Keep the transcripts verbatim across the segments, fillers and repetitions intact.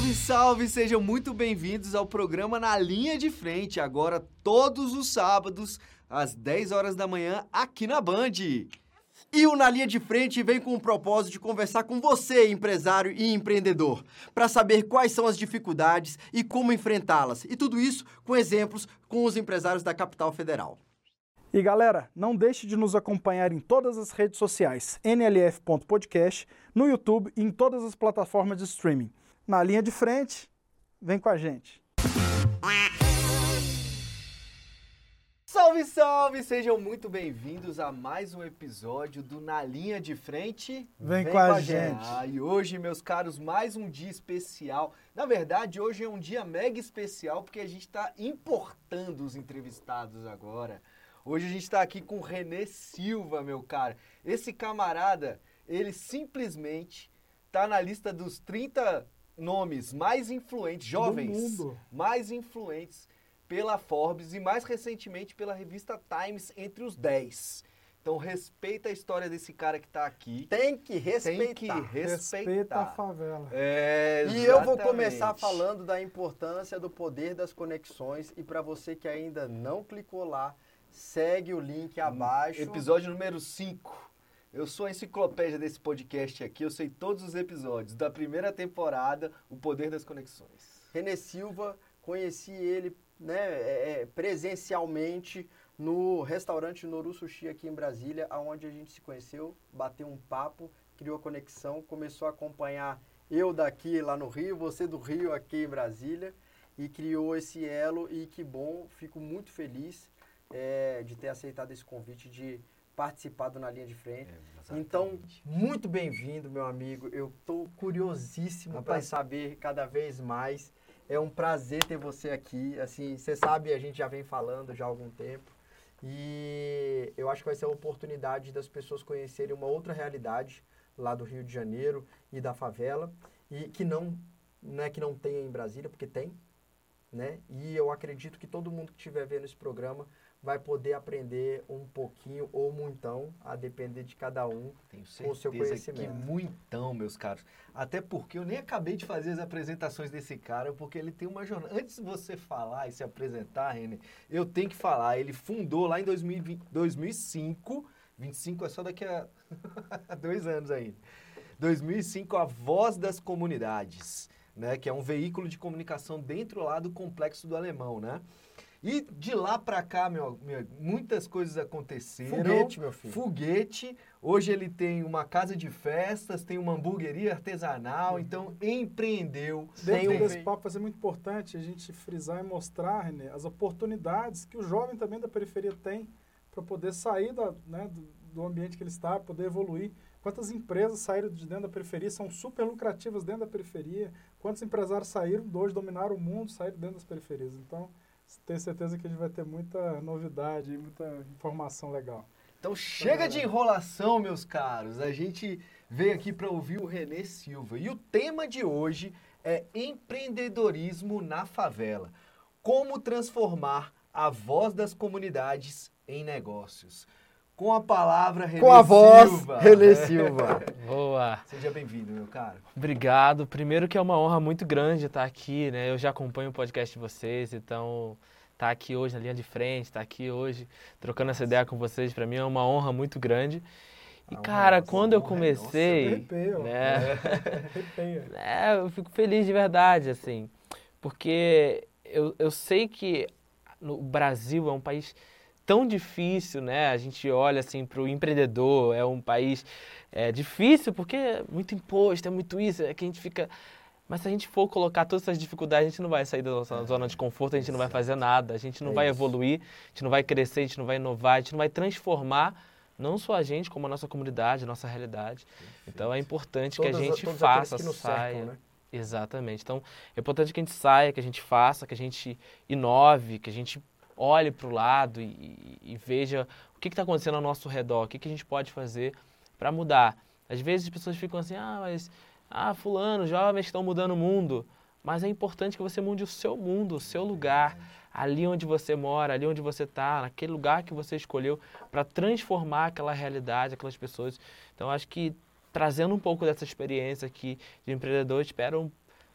Salve, salve! Sejam muito bem-vindos ao programa Na Linha de Frente, agora todos os sábados, às dez horas da manhã, aqui na Band. E o Na Linha de Frente vem com o propósito de conversar com você, empresário e empreendedor, para saber quais são as dificuldades e como enfrentá-las. E tudo isso com exemplos com os empresários da Capital Federal. E galera, não deixe de nos acompanhar em todas as redes sociais, N L F ponto podcast, no YouTube e em todas as plataformas de streaming. Na Linha de Frente, vem com a gente. Salve, salve! Sejam muito bem-vindos a mais um episódio do Na Linha de Frente. Vem, vem com a, a gente. gente. Ah, e hoje, meus caros, mais um dia especial. Na verdade, hoje é um dia mega especial porque a gente está importando os entrevistados agora. Hoje a gente está aqui com o Renê Silva, meu cara. Esse camarada, ele simplesmente está na lista dos trinta nomes mais influentes, jovens, mais influentes pela Forbes e mais recentemente pela revista Times entre os dez. Então respeita a história desse cara que está aqui. Tem que respeitar. Tem que respeitar. Respeita a favela. É, e eu vou começar falando da importância do poder das conexões. E para você que ainda não clicou lá, segue o link abaixo. Episódio número cinco. Eu sou a enciclopédia desse podcast aqui, eu sei todos os episódios da primeira temporada, O Poder das Conexões. Renê Silva, conheci ele né, é, presencialmente no restaurante Noru Sushi aqui em Brasília, onde a gente se conheceu, bateu um papo, criou a conexão, começou a acompanhar eu daqui lá no Rio, você do Rio aqui em Brasília, e criou esse elo, e que bom, fico muito feliz É, de ter aceitado esse convite, de participar do Na Linha de Frente. É, então, muito bem-vindo, meu amigo. Eu estou curiosíssimo para saber cada vez mais. É um prazer ter você aqui. Assim, você sabe, a gente já vem falando já há algum tempo. E eu acho que vai ser a oportunidade das pessoas conhecerem uma outra realidade lá do Rio de Janeiro e da favela. E que não, não é que não tenha em Brasília, porque tem. Né? E eu acredito que todo mundo que estiver vendo esse programa vai poder aprender um pouquinho ou muitão, a depender de cada um, Tenho com o seu conhecimento. Que muitão, meus caros. Até porque eu nem acabei de fazer as apresentações desse cara, porque ele tem uma jornada. Antes de você falar e se apresentar, Renê, eu tenho que falar. Ele fundou lá em dois mil e vinte, dois mil e cinco, vinte e cinco é só daqui a dois anos ainda. dois mil e cinco, a Voz das Comunidades, né, que é um veículo de comunicação dentro lá do Complexo do Alemão, né? E de lá pra cá, meu, meu, muitas coisas aconteceram. Foguete, meu filho. Foguete. Hoje ele tem uma casa de festas, tem uma hamburgueria artesanal, uhum. Então empreendeu. Dentro um... desse papo vai ser muito importante a gente frisar e mostrar, Renê, as oportunidades que o jovem também da periferia tem para poder sair da, né, do, do ambiente que ele está, poder evoluir. Quantas empresas saíram de dentro da periferia, são super lucrativas dentro da periferia. Quantos empresários saíram, hoje dominaram o mundo, saíram dentro das periferias. Então, tenho certeza que a gente vai ter muita novidade e muita informação legal. Então chega de enrolação, meus caros. A gente veio aqui para ouvir o Renê Silva. E o tema de hoje é empreendedorismo na favela. Como transformar a voz das comunidades em negócios. Com a palavra, Renê Silva. Com a voz, Renê Silva. Boa. Seja bem-vindo, meu cara. Obrigado. Primeiro que é uma honra muito grande estar aqui, né? Eu já acompanho o podcast de vocês, então estar aqui hoje na linha de frente, estar aqui hoje trocando essa ideia com vocês, para mim é uma honra muito grande. E, ah, cara, nossa, quando eu comecei... Arrepio, né? é, eu fico feliz de verdade, assim, porque eu, eu sei que no Brasil é um país... tão difícil, né? A gente olha assim para o empreendedor, é um país é, difícil porque é muito imposto, é muito isso, é que a gente fica... Mas se a gente for colocar todas essas dificuldades, a gente não vai sair da nossa zona de conforto, a gente não vai fazer nada, a gente não vai evoluir, a gente não vai crescer, a gente não vai inovar, a gente não vai transformar não só a gente, como a nossa comunidade, a nossa realidade. Então é importante que a gente faça, saia. Né? Exatamente. Então é importante que a gente saia, que a gente faça, que a gente inove, que a gente olhe para o lado e, e, e veja o que está acontecendo ao nosso redor, o que, que a gente pode fazer para mudar. Às vezes as pessoas ficam assim, ah, mas, ah, fulano, jovens estão mudando o mundo. Mas é importante que você mude o seu mundo, o seu lugar, ali onde você mora, ali onde você está, naquele lugar que você escolheu para transformar aquela realidade, aquelas pessoas. Então, acho que trazendo um pouco dessa experiência aqui de empreendedor, espero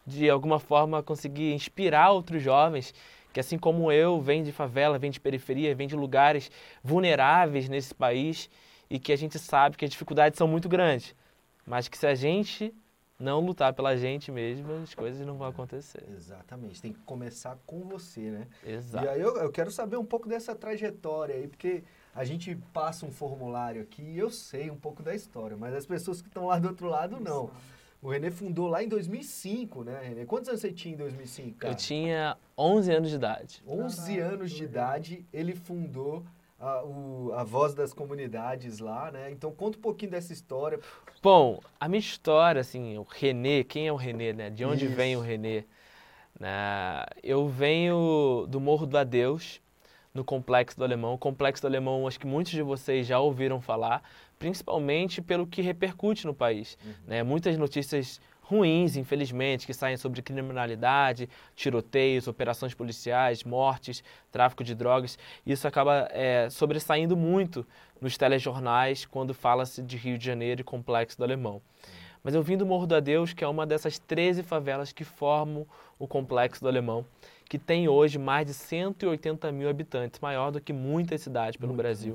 de alguma forma, conseguir inspirar outros jovens que, assim como eu, vêm de favela, vêm de periferia, vêm de lugares vulneráveis nesse país e que a gente sabe que as dificuldades são muito grandes, mas que se a gente não lutar pela gente mesmo, as coisas não vão acontecer. Exatamente, tem que começar com você, né? Exato. E aí eu, eu quero saber um pouco dessa trajetória aí, porque a gente passa um formulário aqui e eu sei um pouco da história, mas as pessoas que estão lá do outro lado não. O René fundou lá em dois mil e cinco, né, René? Quantos anos você tinha em dois mil e cinco, cara? Eu tinha onze anos de idade. onze anos de idade, ele fundou a, o, a Voz das Comunidades lá, né? Então, conta um pouquinho dessa história. Bom, a minha história, assim, o René, quem é o René, né? De onde Isso. vem o René? Né? Eu venho do Morro do Adeus, no Complexo do Alemão. O Complexo do Alemão, acho que muitos de vocês já ouviram falar, principalmente pelo que repercute no país. Uhum. Né? Muitas notícias ruins, infelizmente, que saem sobre criminalidade, tiroteios, operações policiais, mortes, tráfico de drogas. Isso acaba é, sobressaindo muito nos telejornais quando fala-se de Rio de Janeiro e Complexo do Alemão. Uhum. Mas eu vim do Morro do Adeus, que é uma dessas treze favelas que formam o Complexo do Alemão, que tem hoje mais de cento e oitenta mil habitantes, maior do que muitas cidades pelo uhum. Brasil.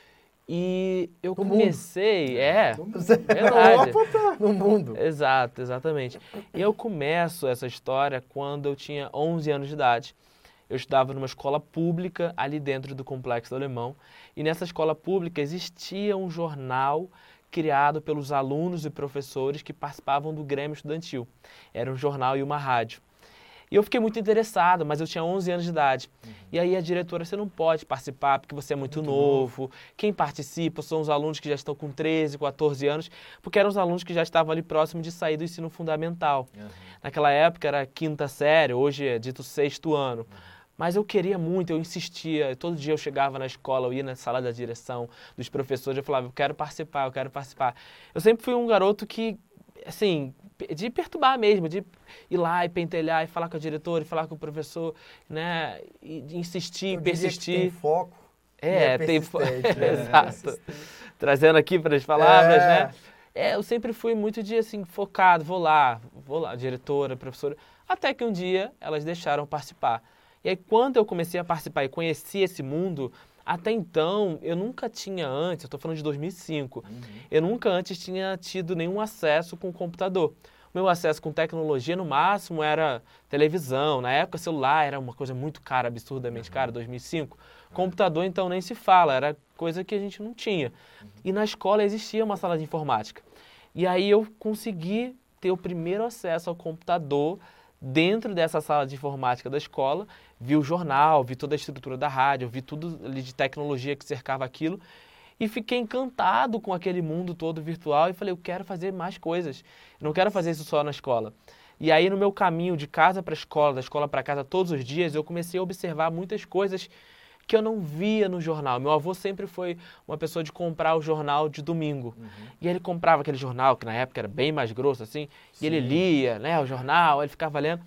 E eu no comecei, mundo. é, no verdade. No mundo. Exato, exatamente. E eu começo essa história quando eu tinha onze anos de idade. Eu estudava numa escola pública ali dentro do Complexo do Alemão. E nessa escola pública existia um jornal criado pelos alunos e professores que participavam do Grêmio Estudantil. Era um jornal e uma rádio. E eu fiquei muito interessado, mas eu tinha onze anos de idade. Uhum. E aí a diretora, você não pode participar porque você é muito, muito novo. novo. Quem participa são os alunos que já estão com treze, quatorze anos, porque eram os alunos que já estavam ali próximo de sair do ensino fundamental. Uhum. Naquela época era quinta série, hoje é dito sexto ano. Uhum. Mas eu queria muito, eu insistia, todo dia eu chegava na escola, eu ia na sala da direção, dos professores, eu falava, eu quero participar, eu quero participar. Eu sempre fui um garoto que, assim, de perturbar mesmo, de ir lá e pentelhar, e falar com a diretora, e falar com o professor, né, e de insistir, eu persistir. Tem foco. É, é tem foco. Né? Exato. Trazendo aqui para as palavras, é. né? É, eu sempre fui muito de, assim, focado, vou lá, vou lá, diretora, professora, até que um dia elas deixaram participar. E aí, quando eu comecei a participar e conheci esse mundo, até então, eu nunca tinha antes, eu estou falando de dois mil e cinco, uhum. eu nunca antes tinha tido nenhum acesso com o computador. O meu acesso com tecnologia, no máximo, era televisão. Na época, celular era uma coisa muito cara, absurdamente uhum. cara, dois mil e cinco. Uhum. Computador, então, nem se fala, era coisa que a gente não tinha. Uhum. E na escola existia uma sala de informática. E aí eu consegui ter o primeiro acesso ao computador dentro dessa sala de informática da escola, vi o jornal, vi toda a estrutura da rádio, vi tudo ali de tecnologia que cercava aquilo e fiquei encantado com aquele mundo todo virtual e falei, eu quero fazer mais coisas, eu não quero fazer isso só na escola. E aí no meu caminho de casa para a escola, da escola para casa todos os dias, eu comecei a observar muitas coisas que eu não via no jornal. Meu avô sempre foi uma pessoa de comprar o jornal de domingo. Uhum. E ele comprava aquele jornal, que na época era bem mais grosso, assim, Sim. e ele lia, né, o jornal, ele ficava lendo.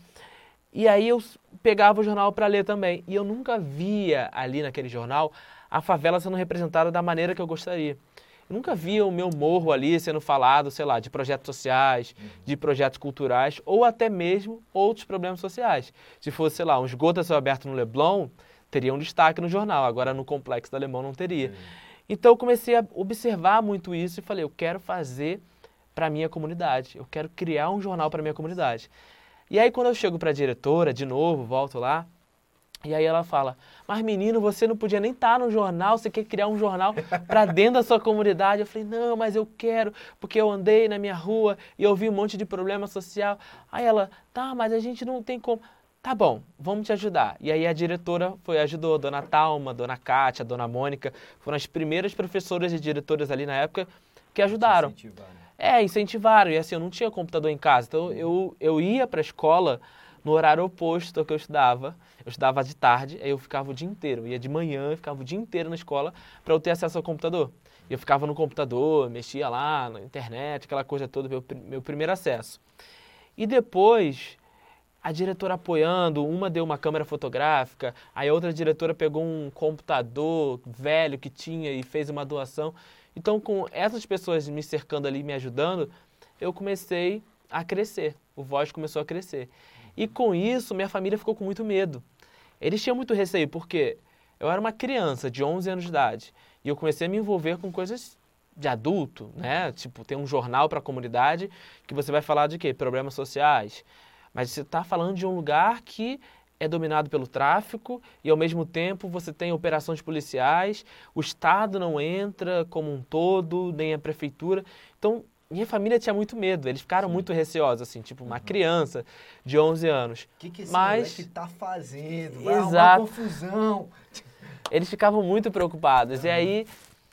E aí eu pegava o jornal para ler também. E eu nunca via ali naquele jornal a favela sendo representada da maneira que eu gostaria. Eu nunca via o meu morro ali sendo falado, sei lá, de projetos sociais, uhum. de projetos culturais, ou até mesmo outros problemas sociais. Se fosse, sei lá, um esgoto a céu aberto no Leblon, teria um destaque no jornal, agora no Complexo do Alemão não teria. Uhum. Então eu comecei a observar muito isso e falei, eu quero fazer para a minha comunidade, eu quero criar um jornal para a minha comunidade. E aí quando eu chego para a diretora, de novo, volto lá, e aí ela fala, mas menino, você não podia nem estar no jornal, você quer criar um jornal para dentro da sua comunidade? Eu falei, não, mas eu quero, porque eu andei na minha rua e eu vi um monte de problema social. Aí ela, tá, mas a gente não tem como... Tá bom, vamos te ajudar. E aí a diretora foi ajudou, a dona Talma, a dona Kátia, a dona Mônica, foram as primeiras professoras e diretoras ali na época que ajudaram. Incentivaram. É, incentivaram. E assim, eu não tinha computador em casa, então eu, eu ia para a escola no horário oposto ao que eu estudava. Eu estudava de tarde, aí eu ficava o dia inteiro. Eu ia de manhã, eu ficava o dia inteiro na escola para eu ter acesso ao computador. E eu ficava no computador, mexia lá na internet, aquela coisa toda, meu, meu primeiro acesso. E depois... a diretora apoiando, uma deu uma câmera fotográfica, aí a outra diretora pegou um computador velho que tinha e fez uma doação. Então, com essas pessoas me cercando ali, me ajudando, eu comecei a crescer, o Voz começou a crescer. E com isso, minha família ficou com muito medo. Eles tinham muito receio, porque eu era uma criança de onze anos de idade e eu comecei a me envolver com coisas de adulto, né? Tipo, tem um jornal para a comunidade que você vai falar de quê? Problemas sociais. Mas você está falando de um lugar que é dominado pelo tráfico e, ao mesmo tempo, você tem operações policiais, o Estado não entra como um todo, nem a prefeitura. Então, minha família tinha muito medo, eles ficaram Sim. muito receosos, assim, tipo uma uhum. criança de onze anos. O que, que esse Mas... moleque tá fazendo? Vai Exato. arrumar confusão. Eles ficavam muito preocupados. Uhum. E aí,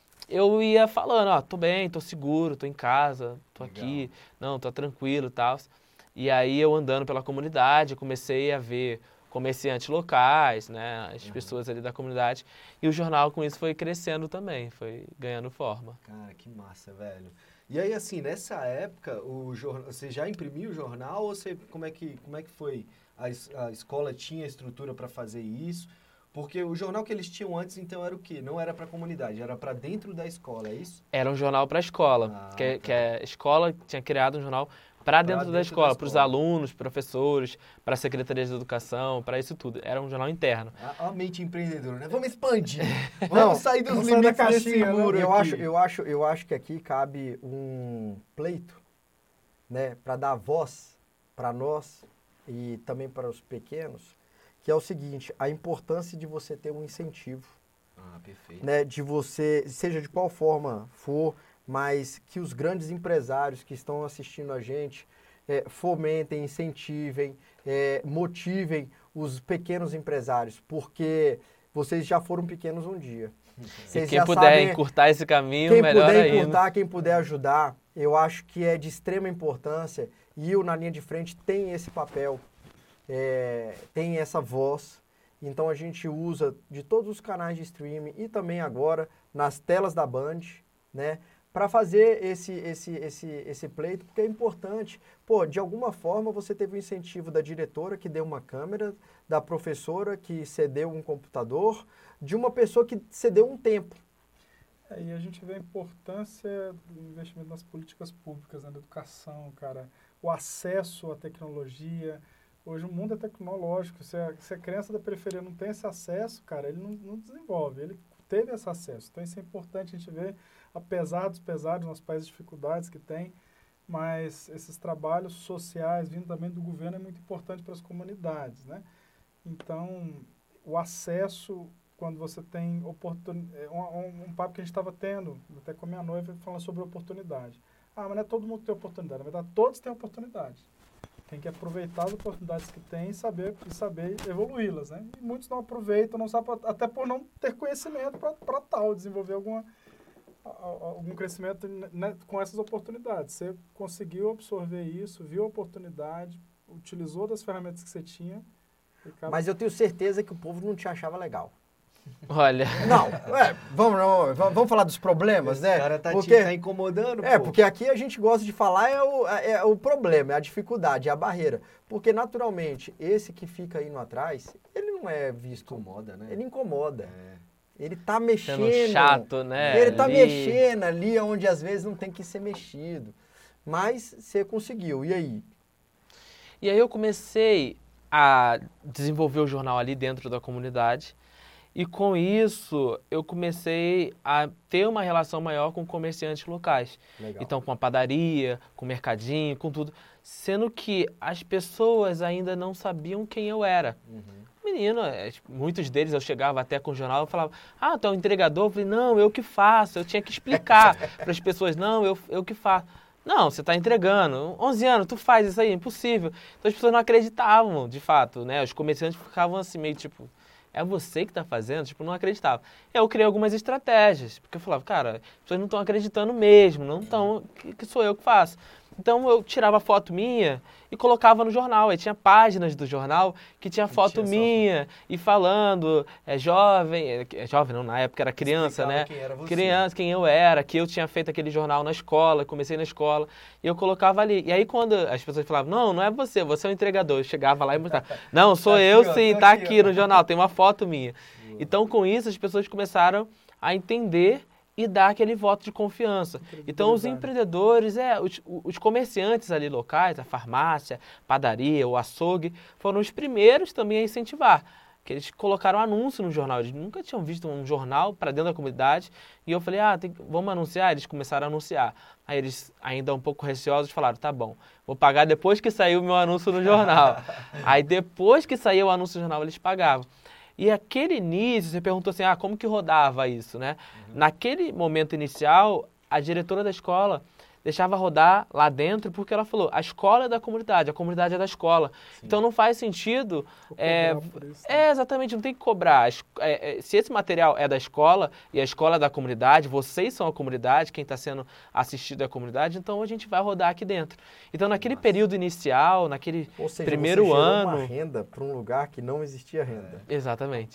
eu ia falando, ó, tô bem, tô seguro, tô em casa, tô Legal. aqui, não, tô tranquilo e tal. E aí, eu andando pela comunidade, comecei a ver comerciantes locais, né, as uhum. pessoas ali da comunidade. E o jornal, com isso, foi crescendo também, foi ganhando forma. Cara, que massa, velho. E aí, assim, nessa época, o jornal, você já imprimiu o jornal ou você, como é que, como é que foi? A, a escola tinha estrutura para fazer isso? Porque o jornal que eles tinham antes, então, era o quê? Não era para a comunidade, era para dentro da escola, é isso? Era um jornal para a escola, ah, que, tá. que a escola tinha criado um jornal para dentro, dentro da escola, para os alunos, professores, para a Secretaria de Educação, para isso tudo. Era um jornal interno. A, a mente empreendedora, né? Vamos expandir. Vamos Não, sair dos vamos limites sair da desse caixinha, muro eu aqui. acho, eu, acho, eu acho que aqui cabe um pleito, né, para dar voz para nós e também para os pequenos, que é o seguinte, a importância de você ter um incentivo. Ah, perfeito. Né, de você, seja de qual forma for, mas que os grandes empresários que estão assistindo a gente é, fomentem, incentivem, é, motivem os pequenos empresários, porque vocês já foram pequenos um dia. Vocês e quem puder sabem, encurtar esse caminho, quem melhor puder ainda. encurtar, quem puder ajudar, eu acho que é de extrema importância e o Na Linha de Frente tem esse papel, é, tem essa voz. Então a gente usa de todos os canais de streaming e também agora nas telas da Band, né, para fazer esse, esse, esse, esse pleito, porque é importante. Pô, de alguma forma você teve o incentivo da diretora que deu uma câmera, da professora que cedeu um computador, de uma pessoa que cedeu um tempo. É, e a gente vê a importância do investimento nas políticas públicas, né, na educação, cara, o acesso à tecnologia. Hoje o mundo é tecnológico, se a, se a criança da periferia não tem esse acesso, cara, ele não, não desenvolve, ele teve esse acesso. Então isso é importante a gente ver, apesar dos pesares, nos países dificuldades que tem, mas esses trabalhos sociais vindo também do governo é muito importante para as comunidades, né? Então, o acesso, quando você tem oportunidade, um, um, um papo que a gente estava tendo, até com a minha noiva, falando sobre oportunidade. Ah, mas não é todo mundo que tem oportunidade, na verdade todos têm oportunidade. Tem que aproveitar as oportunidades que tem e saber, e saber evoluí-las, né? E muitos não aproveitam, não sabem, até por não ter conhecimento para tal, desenvolver alguma, algum crescimento, né, com essas oportunidades. Você conseguiu absorver isso, viu a oportunidade, utilizou das ferramentas que você tinha. Acaba... Mas eu tenho certeza que o povo não te achava legal. Olha... Não, é, vamos, não, vamos falar dos problemas, Esse né? O cara tá, porque, te, tá incomodando, É, pô. porque aqui a gente gosta de falar é o, é o problema, é a dificuldade, é a barreira. Porque, naturalmente, esse que fica indo atrás, ele não é visto... Incomoda, né? Ele incomoda. É. Ele tá mexendo... Sendo chato, né? Ele tá ali... mexendo ali onde, às vezes, não tem que ser mexido. Mas você conseguiu, e aí? E aí eu comecei a desenvolver o jornal ali dentro da comunidade. E com isso, eu comecei a ter uma relação maior com comerciantes locais. Legal. Então, com a padaria, com o mercadinho, com tudo. Sendo que as pessoas ainda não sabiam quem eu era. Uhum. Menino, muitos deles eu chegava até com o jornal e falava, ah, tu é um entregador? Eu falei, não, eu que faço. Eu tinha que explicar para as pessoas, não, eu, eu que faço. Não, você está entregando. onze anos, tu faz isso aí, é impossível. Então as pessoas não acreditavam, de fato, né? Os comerciantes ficavam assim, meio tipo... É você que está fazendo? Tipo, não acreditava. Eu criei algumas estratégias, porque eu falava, cara, as pessoas não estão acreditando mesmo, não estão, que, que sou eu que faço. Então, eu tirava foto minha e colocava no jornal. Aí tinha páginas do jornal que tinha foto tinha minha só... e falando, é jovem, é jovem não, na época era criança, explicava né? Quem era você. Criança, quem eu era, que eu tinha feito aquele jornal na escola, comecei na escola, e eu colocava ali. E aí, quando as pessoas falavam, não, não é você, você é o entregador, eu chegava lá e mostrava, não, sou tá eu aqui, sim, ó, tá aqui, aqui no jornal, tem uma foto minha. Boa. Então, com isso, as pessoas começaram a entender e dar aquele voto de confiança. Então, os empreendedores, é, os, os comerciantes ali locais, a farmácia, padaria, o açougue, foram os primeiros também a incentivar. Que eles colocaram anúncio no jornal. Eles nunca tinham visto um jornal para dentro da comunidade. E eu falei, ah, tem, vamos anunciar? Eles começaram a anunciar. Aí eles, ainda um pouco receosos, falaram, tá bom, vou pagar depois que sair o meu anúncio no jornal. Aí depois que saiu o anúncio no jornal, eles pagavam. E aquele início, você perguntou assim, ah, como que rodava isso, né? Uhum. Naquele momento inicial, a diretora da escola deixava rodar lá dentro, porque ela falou, a escola é da comunidade, a comunidade é da escola. Sim. Então não faz sentido... É, isso, né? é, exatamente, não tem que cobrar. É, é, se esse material é da escola, e a escola é da comunidade, vocês são a comunidade, quem está sendo assistido é a comunidade, então a gente vai rodar aqui dentro. Então naquele Nossa. período inicial, naquele Ou seja, primeiro você ano... uma renda para um lugar que não existia renda. É. Exatamente.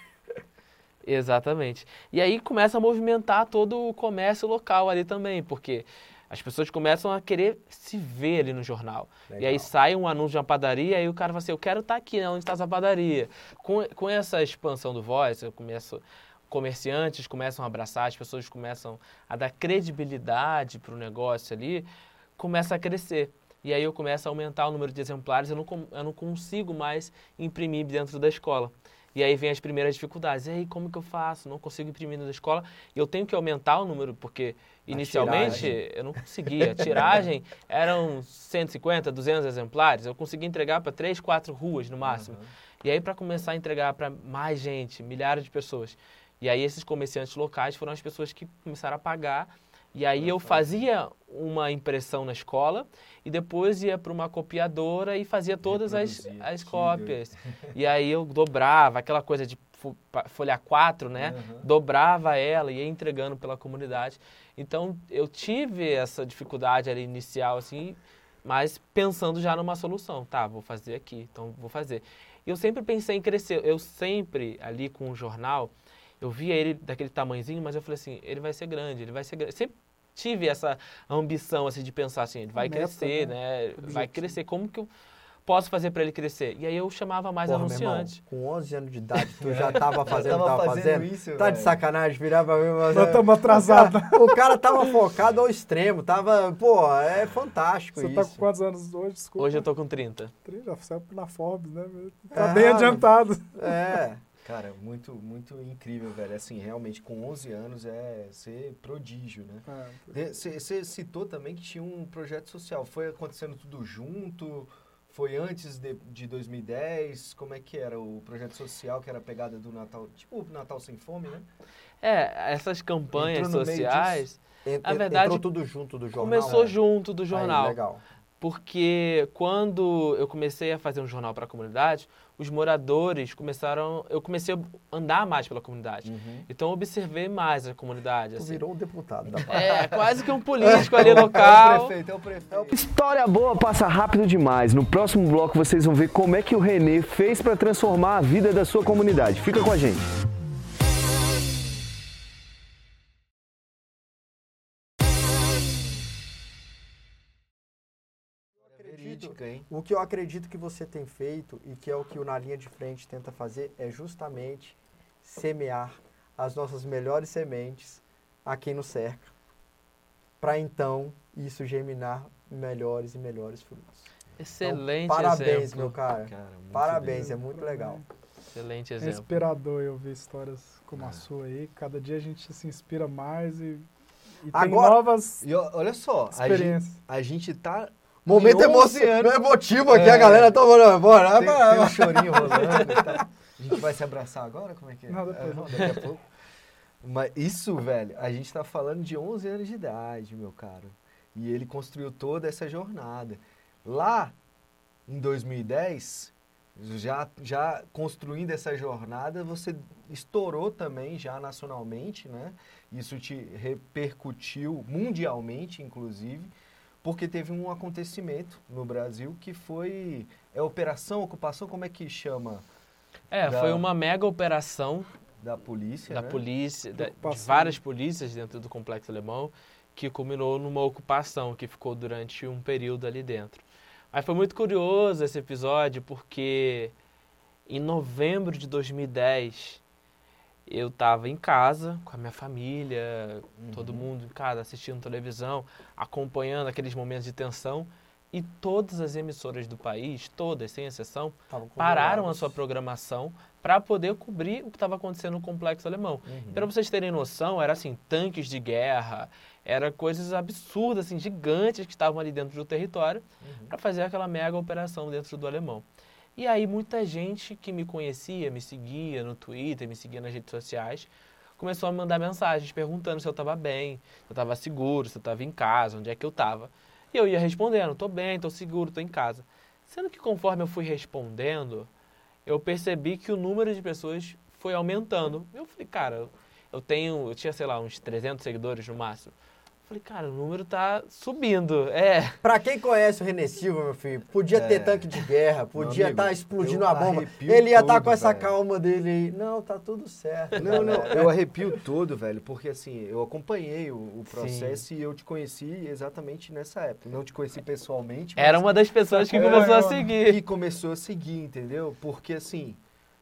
Exatamente. E aí começa a movimentar todo o comércio local ali também, porque... as pessoas começam a querer se ver ali no jornal. Legal. E aí sai um anúncio de uma padaria, e aí o cara fala assim, eu quero estar aqui, né, onde está essa padaria. Com, com essa expansão do Voice, eu começo, comerciantes começam a abraçar, as pessoas começam a dar credibilidade para o negócio ali, começa a crescer. E aí eu começo a aumentar o número de exemplares, eu não, eu não consigo mais imprimir dentro da escola. E aí vem as primeiras dificuldades. E aí, como que eu faço? Não consigo imprimir na escola. E eu tenho que aumentar o número, porque inicialmente eu não conseguia. A tiragem eram cento e cinquenta, duzentos exemplares. Eu conseguia entregar para três, quatro ruas no máximo. Uhum. E aí, para começar a entregar para mais gente, milhares de pessoas. E aí, esses comerciantes locais foram as pessoas que começaram a pagar. E aí, eu fazia uma impressão na escola e depois ia para uma copiadora e fazia todas as, as cópias. E aí, eu dobrava, aquela coisa de folha quatro, né? Uhum. Dobrava ela e ia entregando pela comunidade. Então, eu tive essa dificuldade ali inicial, assim, mas pensando já numa solução. Tá, vou fazer aqui, então vou fazer. E eu sempre pensei em crescer. Eu sempre, ali com o jornal, eu via ele daquele tamanhozinho, mas eu falei assim, ele vai ser grande, ele vai ser grande. Sempre tive essa ambição, assim, de pensar assim, ele vai meta, crescer, né? né? Vai crescer, como que eu posso fazer para ele crescer? E aí eu chamava mais Porra, anunciante. Meu irmão, com onze anos de idade, tu já tava fazendo o que tava fazendo? fazendo isso, tá velho. De sacanagem, virava pra mim, mas... Nós estamos atrasados. O cara tava focado ao extremo, tava... Pô, é fantástico Você isso. Você tá com quantos anos hoje? Desculpa. Hoje eu tô com trinta. trinta, já saiu na Forbes, né? Tá é, bem adiantado. É. Cara, muito, muito incrível, velho. Assim, realmente, com onze anos é ser prodígio, né? Você citou também que tinha um projeto social. Foi acontecendo tudo junto? Foi antes de, de dois mil e dez? Como é que era o projeto social, que era a pegada do Natal? Tipo, Natal Sem Fome, né? É, essas campanhas sociais... Ent, na verdade, entrou tudo junto do jornal? Começou é. junto do jornal. Aí, legal. Porque quando eu comecei a fazer um jornal para a comunidade, os moradores começaram... Eu comecei a andar mais pela comunidade. Uhum. Então, eu observei mais a comunidade. Tu assim. virou um deputado da É, quase que um político ali local. É o prefeito, é o prefeito. História boa passa rápido demais. No próximo bloco, vocês vão ver como é que o Renê fez para transformar a vida da sua comunidade. Fica com a gente. O que eu acredito que você tem feito e que é o que o Na Linha de Frente tenta fazer é justamente semear as nossas melhores sementes a quem nos cerca, para então isso germinar melhores e melhores frutos. Excelente então, parabéns, exemplo. meu cara. cara parabéns, bem. É muito legal. Excelente exemplo. É inspirador eu ver histórias como ah. a sua aí. Cada dia a gente se inspira mais e, e Agora, tem novas e olha só, experiências. A gente, a gente tá... Momento emocionante, emotivo aqui, é. A galera tá falando, bora. Tem, tem um chorinho rolando. Tá? A gente vai se abraçar agora? Como é que é? Não, depois, é, não, daqui a pouco. Mas isso, velho, a gente tá falando de onze anos de idade, meu caro. E ele construiu toda essa jornada. Lá, em dois mil e dez, já, já construindo essa jornada, você estourou também já nacionalmente, né? Isso te repercutiu mundialmente, inclusive. Porque teve um acontecimento no Brasil que foi... É operação, ocupação, como é que chama? É, da, foi uma mega operação... Da polícia, Da né? polícia, da, de várias polícias dentro do Complexo Alemão, que culminou numa ocupação que ficou durante um período ali dentro. Mas foi muito curioso esse episódio, porque em novembro de dois mil e dez, eu estava em casa com a minha família, Uhum. todo mundo em casa assistindo televisão, acompanhando aqueles momentos de tensão, e todas as emissoras do país, todas, sem exceção, pararam a sua programação para poder cobrir o que estava acontecendo no Complexo Alemão. Uhum. Para vocês terem noção, era assim, tanques de guerra, era coisas absurdas, assim, gigantes que estavam ali dentro do território Uhum. para fazer aquela mega operação dentro do Alemão. E aí muita gente que me conhecia, me seguia no Twitter, me seguia nas redes sociais, começou a me mandar mensagens perguntando se eu estava bem, se eu estava seguro, se eu estava em casa, onde é que eu estava. E eu ia respondendo, estou bem, estou seguro, estou em casa. Sendo que conforme eu fui respondendo, eu percebi que o número de pessoas foi aumentando. Eu falei, cara, eu tenho, eu tinha, sei lá, uns trezentos seguidores no máximo. Falei, cara, o número tá subindo, é. Pra quem conhece o René Silva, meu filho, podia É. ter tanque de guerra, podia amigo, estar explodindo eu a bomba. arrepio Ele ia estar todo, com essa velho. calma dele aí. Não, tá tudo certo. Não, não, galera. eu arrepio todo, velho, porque assim, eu acompanhei o, o processo e eu te conheci exatamente nessa época. Não te conheci pessoalmente, mas Era uma das pessoas que É, começou a eu- seguir. que começou a seguir, entendeu? Porque assim,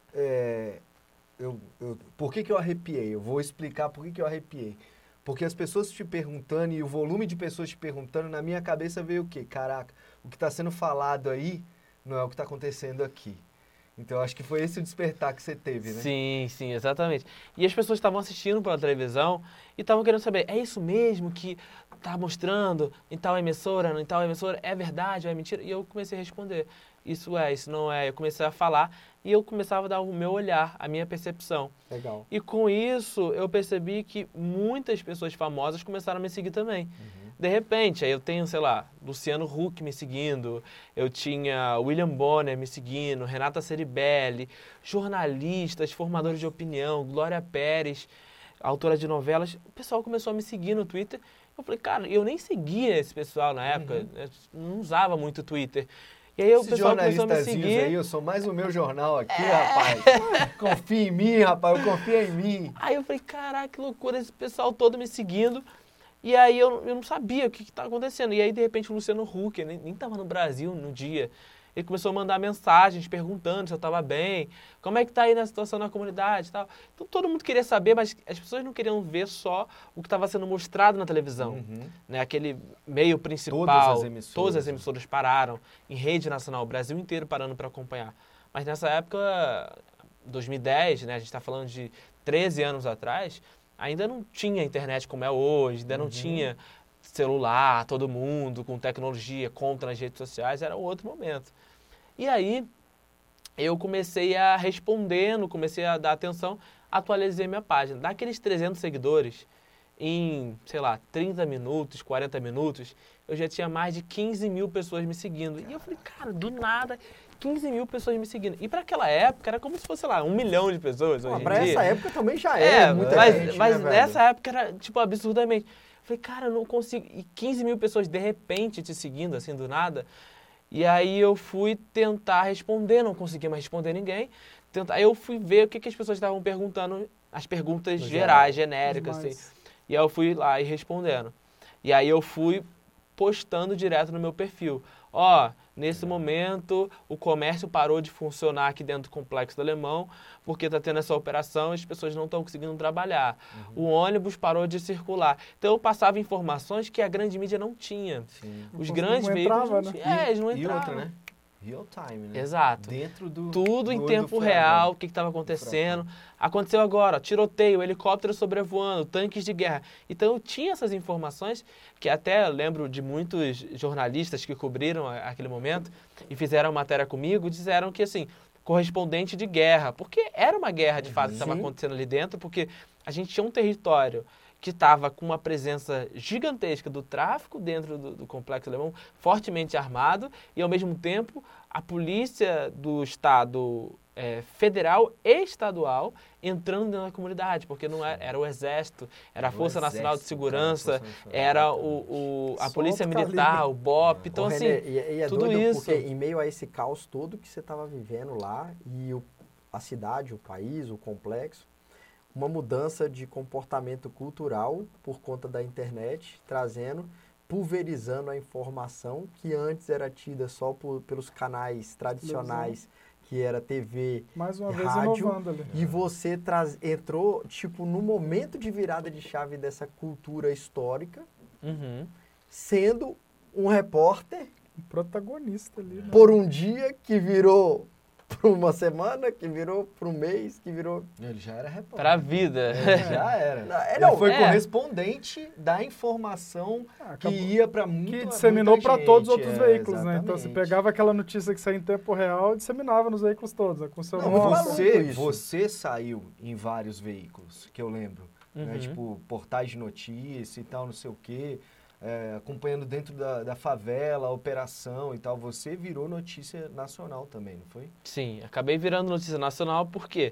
é, eu, eu, por que que eu arrepiei? Eu vou explicar por que que eu arrepiei. Porque as pessoas te perguntando e o volume de pessoas te perguntando, na minha cabeça veio o quê? Caraca, o que está sendo falado aí não é o que está acontecendo aqui. Então, acho que foi esse o despertar que você teve, né? Sim, sim, exatamente. E as pessoas estavam assistindo pela televisão e estavam querendo saber, é isso mesmo que tá mostrando em tal emissora, em tal emissora? É verdade ou é mentira? E eu comecei a responder, isso é, isso não é. Eu comecei a falar e eu começava a dar o meu olhar, a minha percepção. Legal. E com isso, eu percebi que muitas pessoas famosas começaram a me seguir também. Uhum. De repente, aí eu tenho, sei lá, Luciano Huck me seguindo, eu tinha William Bonner me seguindo, Renata Ceribelli, jornalistas, formadores de opinião, Glória Pérez, autora de novelas. O pessoal começou a me seguir no Twitter. Eu falei, cara, eu nem seguia esse pessoal na época, Uhum. eu não usava muito Twitter. E aí o Esses pessoal começou a me jornalistazinhos seguir. aí, eu sou mais o meu jornal aqui, É. rapaz. Confia em mim, rapaz, eu confio em mim. Aí eu falei, caraca, que loucura, esse pessoal todo me seguindo. E aí eu, eu não sabia o que estava acontecendo. E aí, de repente, o Luciano Huck, nem, nem tava no Brasil no dia, ele começou a mandar mensagens perguntando se eu estava bem, como é que tá aí na situação na comunidade e tal. Então todo mundo queria saber, mas as pessoas não queriam ver só o que estava sendo mostrado na televisão. Uhum. Né? Aquele meio principal, Todas as emissoras. todas as emissoras pararam, em rede nacional, o Brasil inteiro parando para acompanhar. Mas nessa época, dois mil e dez, né, a gente está falando de treze anos atrás, ainda não tinha internet como é hoje, ainda não Uhum. tinha celular, todo mundo com tecnologia, conta nas redes sociais, era outro momento. E aí, eu comecei a respondendo, comecei a dar atenção, atualizei minha página. Daqueles trezentos seguidores, em, sei lá, trinta minutos, quarenta minutos, eu já tinha mais de quinze mil pessoas me seguindo. E eu falei, cara, do nada, quinze mil pessoas me seguindo. E para aquela época, era como se fosse, sei lá, um milhão de pessoas hoje Ah, em pra dia. essa época também já é, É, muita mas, gente, mas né, velho? nessa época era, tipo, absurdamente. Eu falei, cara, eu não consigo. E quinze mil pessoas, de repente, te seguindo, assim, do nada. E aí eu fui tentar responder, não consegui mais responder ninguém. Tentar, aí eu fui ver o que, que as pessoas estavam perguntando, as perguntas No gerais, geral. genéricas, assim. Mas, E aí eu fui lá e respondendo. E aí eu fui postando direto no meu perfil. Ó, nesse momento o comércio parou de funcionar aqui dentro do Complexo do Alemão, porque está tendo essa operação e as pessoas não estão conseguindo trabalhar. Uhum. O ônibus parou de circular. Então eu passava informações que a grande mídia não tinha. Sim. Os Não grandes entrava, veículos não né? tinham. É, eles não E entravam. outra, né? Real time, né? Exato. Dentro do... Tudo do em olho do tempo furacão. real, o que estava acontecendo. Aconteceu agora, ó, tiroteio, helicóptero sobrevoando, tanques de guerra. Então eu tinha essas informações, que até eu lembro de muitos jornalistas que cobriram a- aquele momento e fizeram matéria comigo, disseram que, assim, correspondente de guerra, porque era uma guerra de fato que estava Sim. acontecendo ali dentro, porque a gente tinha um território que estava com uma presença gigantesca do tráfico dentro do, do Complexo Alemão, fortemente armado, e ao mesmo tempo a polícia do Estado eh, federal e estadual entrando dentro da comunidade, porque não era, era o Exército, era a O Força Nacional de Exército, Segurança, cara, a Força Nacional, era exatamente. o, o- a Solta Polícia o Militar, calibre. o B O P, então Ô, assim, René, e, e é tudo doido isso. porque em meio a esse caos todo que você estava vivendo lá e o, a cidade, o país, o complexo, uma mudança de comportamento cultural por conta da internet, trazendo, pulverizando a informação que antes era tida só por- pelos canais tradicionais que era T V, Mais uma vez rádio, inovando ali. e você traz, entrou, tipo, no momento de virada de chave dessa cultura histórica, Uhum. sendo um repórter Um protagonista ali. Né? por um dia que virou por uma semana, que virou por um mês, que virou... Ele já era repórter. Pra vida. Ele já era. É, Ele não, foi é. correspondente da informação Ah, que acabou- ia para muito Que disseminou para todos os outros é, veículos, né? Então você exatamente. pegava aquela notícia que saía em tempo real e disseminava nos veículos todos, né? Com seu Não, nome. mas Você, isso. você saiu em vários veículos, que eu lembro. Né? Uhum. Tipo, portais de notícia e tal, não sei o quê. É, acompanhando dentro da, da favela, a operação e tal. Você virou notícia nacional também, não foi? Sim, acabei virando notícia nacional porque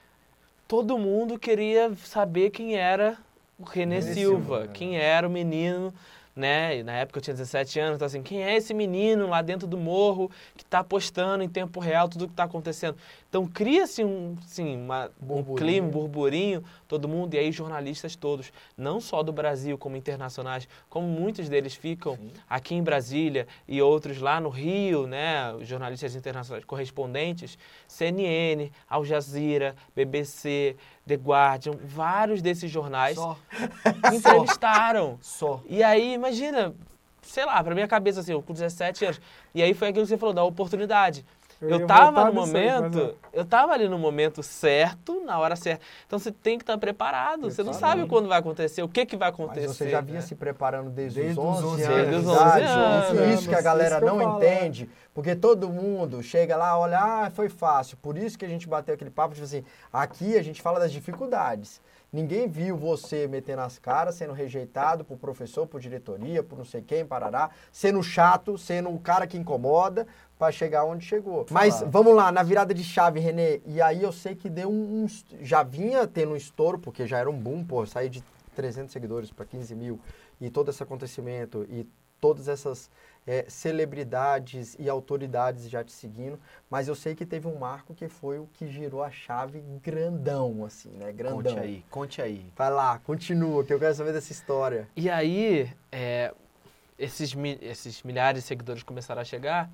todo mundo queria saber quem era o René, René Silva, Silva, né? quem era o menino, né? E na época eu tinha dezessete anos, então assim, quem é esse menino lá dentro do morro que está postando em tempo real tudo o que está acontecendo? Então cria-se um, assim, uma, um Burburinho. clima, um burburinho, todo mundo, e aí jornalistas todos, não só do Brasil como internacionais, como muitos deles ficam Sim. aqui em Brasília e outros lá no Rio, né, os jornalistas internacionais correspondentes, C N N, Al Jazeera, B B C, The Guardian, vários desses jornais Só. entrevistaram. Só. E aí, imagina, sei lá, pra minha cabeça, assim, eu com dezessete anos, e aí foi aquilo que você falou, da oportunidade. Eu Eu ia tava voltar no nisso aí, mas momento, é. eu tava ali no momento certo, na hora certa. Então você tem que estar preparado. Você não sabe Preparado. quando vai acontecer, o que que vai acontecer. Mas você já vinha né? se preparando desde, Desde os os onze onze anos. Desde os de onze idade. anos. Isso, isso que a Isso galera que eu não falo, é. entende. Porque todo mundo chega lá, olha, ah, foi fácil. Por isso que a gente bateu aquele papo, tipo assim, aqui a gente fala das dificuldades. Ninguém viu você metendo as caras, sendo rejeitado por professor, por diretoria, por não sei quem, parará, sendo chato, sendo o cara que incomoda para chegar onde chegou. Mas Claro. vamos lá, na virada de chave, Renê, e aí eu sei que deu um, um já vinha tendo um estouro, porque já era um boom, pô, sair de trezentos seguidores para quinze mil, e todo esse acontecimento, e todas essas é, celebridades e autoridades já te seguindo, mas eu sei que teve um marco que foi o que girou a chave grandão, assim, né, grandão. Conte aí, conte aí. Vai lá, continua, que eu quero saber dessa história. E aí, é, esses, mi- esses milhares de seguidores começaram a chegar.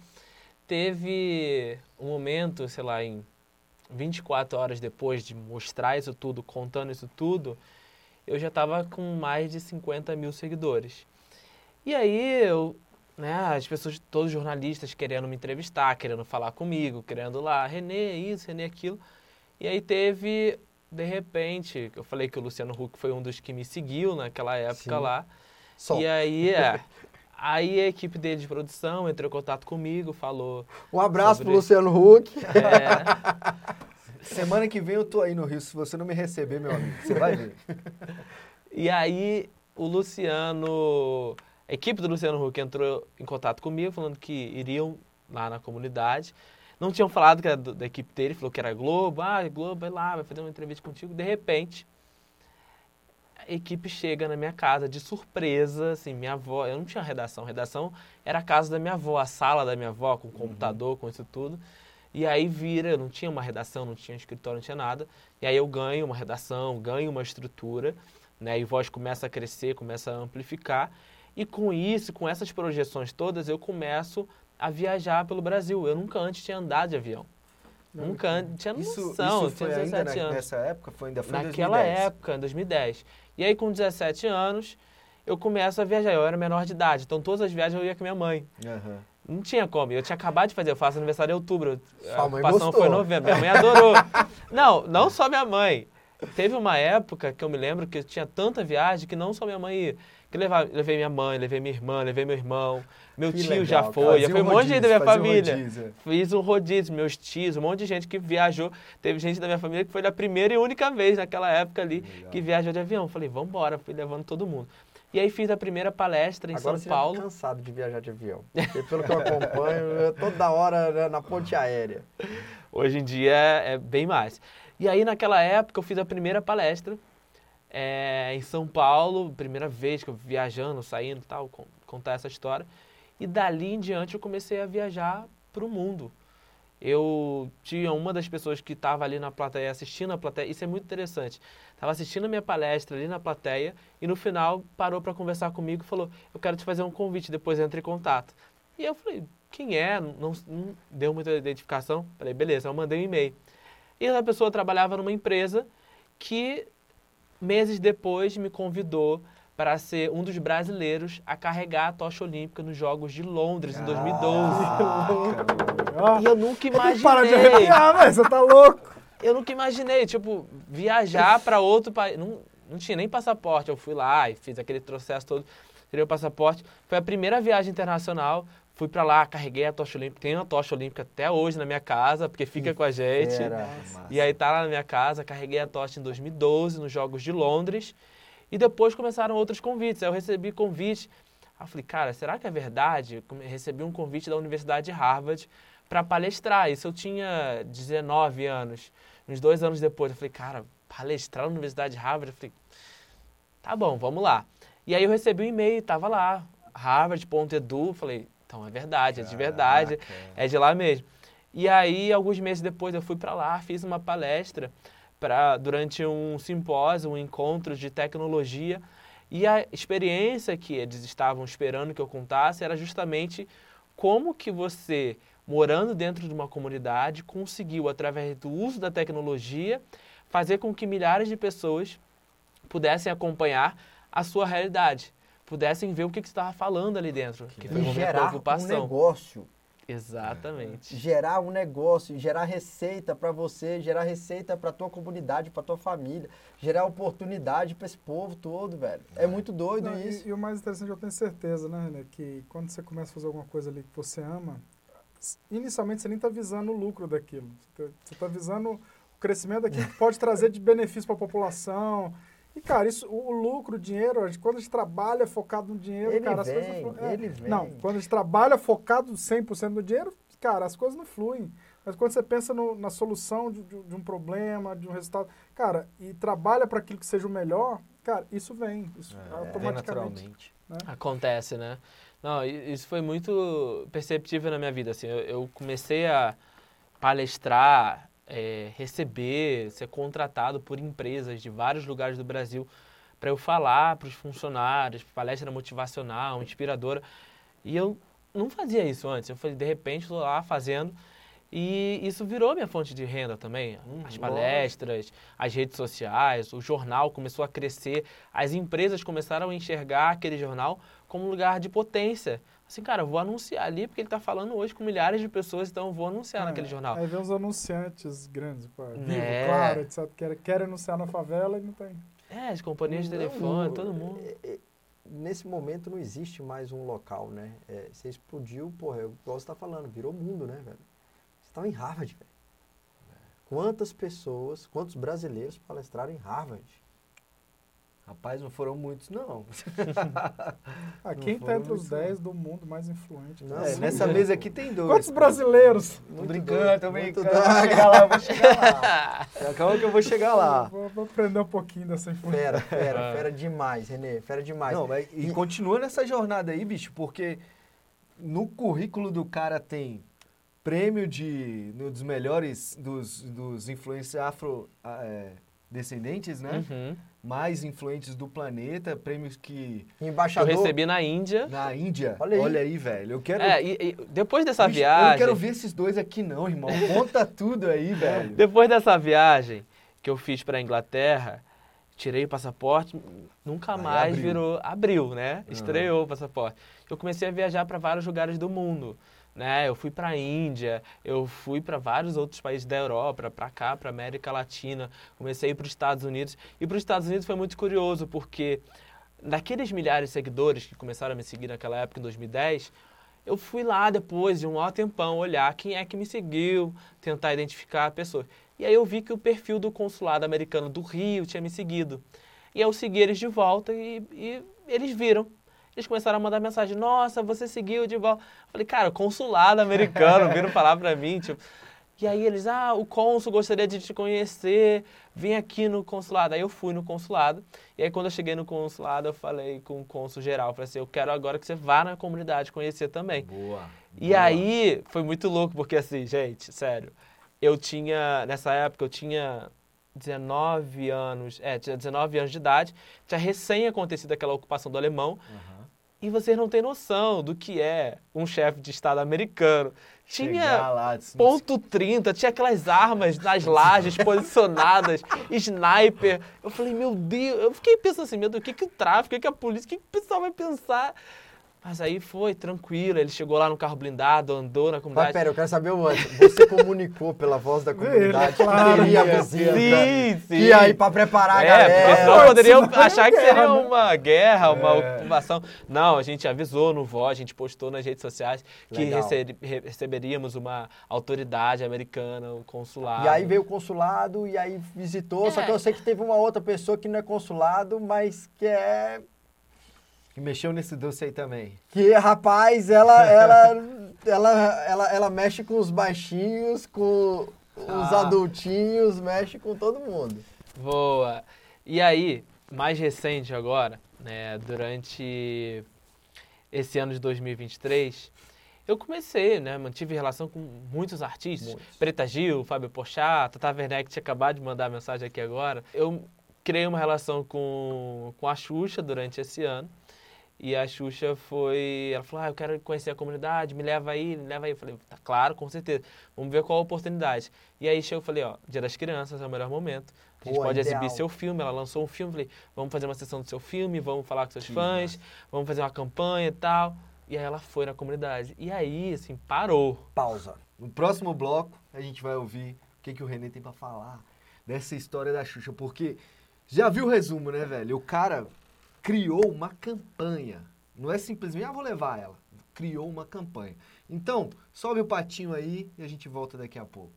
Teve um momento, sei lá, em vinte e quatro horas depois de mostrar isso tudo, contando isso tudo, eu já estava com mais de cinquenta mil seguidores. E aí, eu, né, as pessoas, todos os jornalistas querendo me entrevistar, querendo falar comigo, querendo lá, Renê, isso, Renê, aquilo. E aí teve, de repente, eu falei que o Luciano Huck foi um dos que me seguiu naquela época Sim. lá. Só. E aí, é, aí a equipe dele de produção entrou em contato comigo, falou... Um abraço sobre- pro Luciano Huck. é, Semana que vem eu tô aí no Rio, se você não me receber, meu amigo, você vai ver. e aí o Luciano... A equipe do Luciano Huck entrou em contato comigo, falando que iriam lá na comunidade. Não tinham falado que era do- da equipe dele, falou que era Globo. Ah, Globo, vai lá, vai fazer uma entrevista contigo. De repente, a equipe chega na minha casa de surpresa, assim, minha avó... Eu não tinha redação, redação era a casa da minha avó, a sala da minha avó, com computador, com isso tudo. E aí vira, eu não tinha uma redação, não tinha escritório, não tinha nada. E aí eu ganho uma redação, ganho uma estrutura, né? E voz começa a crescer, começa a amplificar. E com isso, com essas projeções todas, eu começo a viajar pelo Brasil. Eu nunca antes tinha andado de avião. Nunca antes, tinha Isso, noção, isso eu tinha foi ainda dezessete na- anos. nessa época? Foi ainda foi em Naquela dois mil e dez? época, em dois mil e dez. E aí, com dezessete anos, eu começo a viajar. Eu era menor de idade, então todas as viagens eu ia com minha mãe. Aham. Não tinha como. Eu tinha acabado de fazer, eu faço aniversário em outubro. Sua A mãe ocupação gostou. foi em novembro. Minha mãe adorou. Não, não só minha mãe. Teve uma época que eu me lembro que eu tinha tanta viagem que não só minha mãe ia. Que levava, levei minha mãe, levei minha irmã, levei meu irmão. Meu Que tio legal, já cara. foi. Já Fazia foi um um monte de gente da minha rodízio, fazia um família. rodízio. Fiz um rodízio, meus tios, um monte de gente que viajou. Teve gente da minha família que foi da primeira e única vez naquela época ali Legal. que viajou de avião. Falei, vamos embora, fui levando todo mundo. E aí fiz a primeira palestra em Agora São você Paulo. já tá cansado de viajar de avião. Porque pelo que eu acompanho, eu toda hora né, na ponte aérea. Hoje em dia é é bem mais. E aí, naquela época, eu fiz a primeira palestra é, em São Paulo, primeira vez que eu viajando, saindo e tal, con- contar essa história. E dali em diante eu comecei a viajar para o mundo. Eu tinha uma das pessoas que estava ali na plateia, assistindo a plateia, isso é muito interessante. Estava assistindo a minha palestra ali na plateia e no final parou para conversar comigo e falou, eu quero te fazer um convite, depois entre em contato. E eu falei, quem é? Não, não deu muita identificação. Falei, beleza, eu mandei um e-mail. E essa pessoa trabalhava numa empresa que, meses depois, me convidou para ser um dos brasileiros a carregar a tocha olímpica nos Jogos de Londres, em dois mil e doze. Ah, E eu nunca imaginei. Para de arrepiar, velho, você tá louco. Eu nunca imaginei, tipo, viajar para outro país. Não, não tinha nem passaporte. Eu fui lá e fiz aquele processo todo, tirei o passaporte. Foi a primeira viagem internacional. Fui para lá, carreguei a tocha olímpica. Tenho a tocha olímpica até hoje na minha casa, porque fica com a gente. Era, E aí tá lá na minha casa, carreguei a tocha em dois mil e doze, nos Jogos de Londres. E depois começaram outros convites. Aí eu recebi convite. Aí eu falei, cara, será que é verdade? Eu recebi um convite da Universidade de Harvard para palestrar. Isso eu tinha dezenove anos. Uns dois anos depois, eu falei, cara, palestrar na Universidade de Harvard? Eu falei, tá bom, vamos lá. E aí eu recebi um e-mail, tava lá, harvard ponto edu. Falei, então é verdade, é de verdade, é de lá mesmo. E aí, alguns meses depois, eu fui para lá, fiz uma palestra pra, durante um simpósio, um encontro de tecnologia. E a experiência que eles estavam esperando que eu contasse era justamente como que você, morando dentro de uma comunidade, conseguiu, através do uso da tecnologia, fazer com que milhares de pessoas pudessem acompanhar a sua realidade, pudessem ver o que, que você estava falando ali dentro, que foi um e momento de gerar um preocupação. negócio. Exatamente. Gerar um negócio, gerar receita para você, gerar receita para tua comunidade, para tua família, gerar oportunidade para esse povo todo, velho. É muito doido Não, isso. E, e o mais interessante, eu tenho certeza, né, René, que quando você começa a fazer alguma coisa ali que você ama, inicialmente você nem está visando o lucro daquilo. Você está visando o crescimento daquilo que pode trazer de benefício para a população. E, cara, isso, o, o lucro, o dinheiro, a gente, quando a gente trabalha focado no dinheiro, Ele cara, as vem, coisas não, é, ele vem. Não, quando a gente trabalha focado cem por cento no dinheiro, cara, as coisas não fluem. Mas quando você pensa no, na solução de, de, de um problema, de um resultado, cara, e trabalha para aquilo que seja o melhor, cara, isso vem. Isso É, automaticamente. naturalmente. Né? Acontece, né? Não, isso foi muito perceptível na minha vida, assim. Eu, eu comecei a palestrar, é, receber, ser contratado por empresas de vários lugares do Brasil para eu falar para os funcionários, palestra motivacional, inspiradora. E eu não fazia isso antes. Eu falei, de repente, estou lá fazendo. E isso virou minha fonte de renda também. Hum, as palestras, as redes sociais, o jornal começou a crescer. As empresas começaram a enxergar aquele jornal como um lugar de potência. Assim, cara, eu vou anunciar ali porque ele está falando hoje com milhares de pessoas, então eu vou anunciar É, naquele jornal. Aí vem os anunciantes grandes, pô, Vivo, É. Claro, etcétera. Querem, querem anunciar na favela e não tem. É, as companhias de telefone, todo mundo. É, é, nesse momento não existe mais um local, né? É, você explodiu, porra, igual você está falando, virou mundo, né, velho? Você estava em Harvard, velho. Quantas pessoas, quantos brasileiros palestraram em Harvard? Rapaz, não foram muitos, não. Ah, quem Não tá foram entre os isso, dez do mundo mais influente? Não, cara? É, sim, nessa né? mesa aqui tem dois. Quantos brasileiros? Tô Muito brincando, doido, tô muito brincando. doido. Vou chegar lá, vou chegar lá. Calma que eu vou chegar lá. Vou, vou aprender um pouquinho dessa influência. Fera, fera, É. fera demais, Renê, fera demais. Não, mas, e E- continua nessa jornada aí, bicho, porque no currículo do cara tem prêmio de no, dos melhores, dos, dos influencers afro-descendentes, né? Uhum. Mais influentes do planeta, prêmios que Eu Embaixador. recebi na Índia. na Índia. Olha aí. Olha aí, velho. Eu quero. É, e, e depois dessa Bicho, Eu viagem... não quero ver esses dois aqui, não, irmão. Conta tudo aí, velho. Depois dessa viagem que eu fiz para a Inglaterra, tirei o passaporte, nunca Aí mais abriu. virou... Abriu, né? Estreou o passaporte. Eu comecei a viajar para vários lugares do mundo, né? Eu fui para a Índia, eu fui para vários outros países da Europa, para cá, para América Latina. Comecei a ir para os Estados Unidos. E para os Estados Unidos foi muito curioso, porque daqueles milhares de seguidores que começaram a me seguir naquela época, em dois mil e dez... Eu fui lá depois de um maior tempão olhar quem é que me seguiu, tentar identificar a pessoa. E aí eu vi que o perfil do consulado americano do Rio tinha me seguido. E eu segui eles de volta e, e eles viram. Eles começaram a mandar mensagem, nossa, você seguiu de volta. Eu falei, cara, consulado americano, viram falar pra mim, tipo... E aí eles, ah, o cônsul gostaria de te conhecer, vem aqui no consulado. Aí eu fui no consulado, e aí quando eu cheguei no consulado, eu falei com o cônsul geral, falei assim, eu quero agora que você vá na comunidade conhecer também. Boa. E boa. aí foi muito louco, porque assim, gente, sério, eu tinha, nessa época eu tinha dezenove anos, é, tinha dezenove anos de idade, tinha recém acontecido aquela ocupação do alemão, Aham. E vocês não têm noção do que é um chefe de Estado americano. Tinha lá, ponto trinta, tinha aquelas armas nas lajes posicionadas, sniper. Eu falei, meu Deus, eu fiquei pensando assim, meu Deus, o que, que o tráfico, o que, que a polícia, o que, que o pessoal vai pensar? Mas aí foi, tranquilo, ele chegou lá no carro blindado, andou na comunidade. Mas pera, eu quero saber o antes. Você comunicou pela voz da comunidade Claro, que teria a sim, visita, sim. que ia aí pra preparar a É, galera. porque senão poderiam senão é achar que guerra, seria né? uma guerra, uma É. ocupação. Não, a gente avisou no V O, a gente postou nas redes sociais que Legal. rece- re- receberíamos uma autoridade americana, um consulado. E aí veio o consulado e aí visitou, só que eu sei que teve uma outra pessoa que não é consulado, mas que é... Que mexeu nesse doce aí também. Que, rapaz, ela, ela, ela, ela, ela mexe com os baixinhos, com os Ah. adultinhos, mexe com todo mundo. Boa. E aí, mais recente agora, né, durante esse ano de dois mil e vinte e três, eu comecei, né, mantive relação com muitos artistas. Muitos. Preta Gil, Fábio Porchat, Tata Werneck, que tinha acabado de mandar mensagem aqui agora. Eu criei uma relação com, com a Xuxa durante esse ano. E a Xuxa foi... Ela falou, ah, eu quero conhecer a comunidade, me leva aí, me leva aí. Eu falei, tá claro, com certeza. Vamos ver qual a oportunidade. E aí chegou, eu falei, ó, Dia das Crianças é o melhor momento. A gente Pô, pode ideal. exibir seu filme. Ela lançou um filme, falei, vamos fazer uma sessão do seu filme, vamos falar com seus fãs, vamos fazer uma campanha e tal. E aí ela foi na comunidade. E aí, assim, parou. Pausa. No próximo bloco, a gente vai ouvir o que, que o René tem pra falar dessa história da Xuxa, porque já viu o resumo, né, velho? O cara criou uma campanha. Não é simplesmente, ah, vou levar ela. Criou uma campanha. Então, sobe o patinho aí e a gente volta daqui a pouco.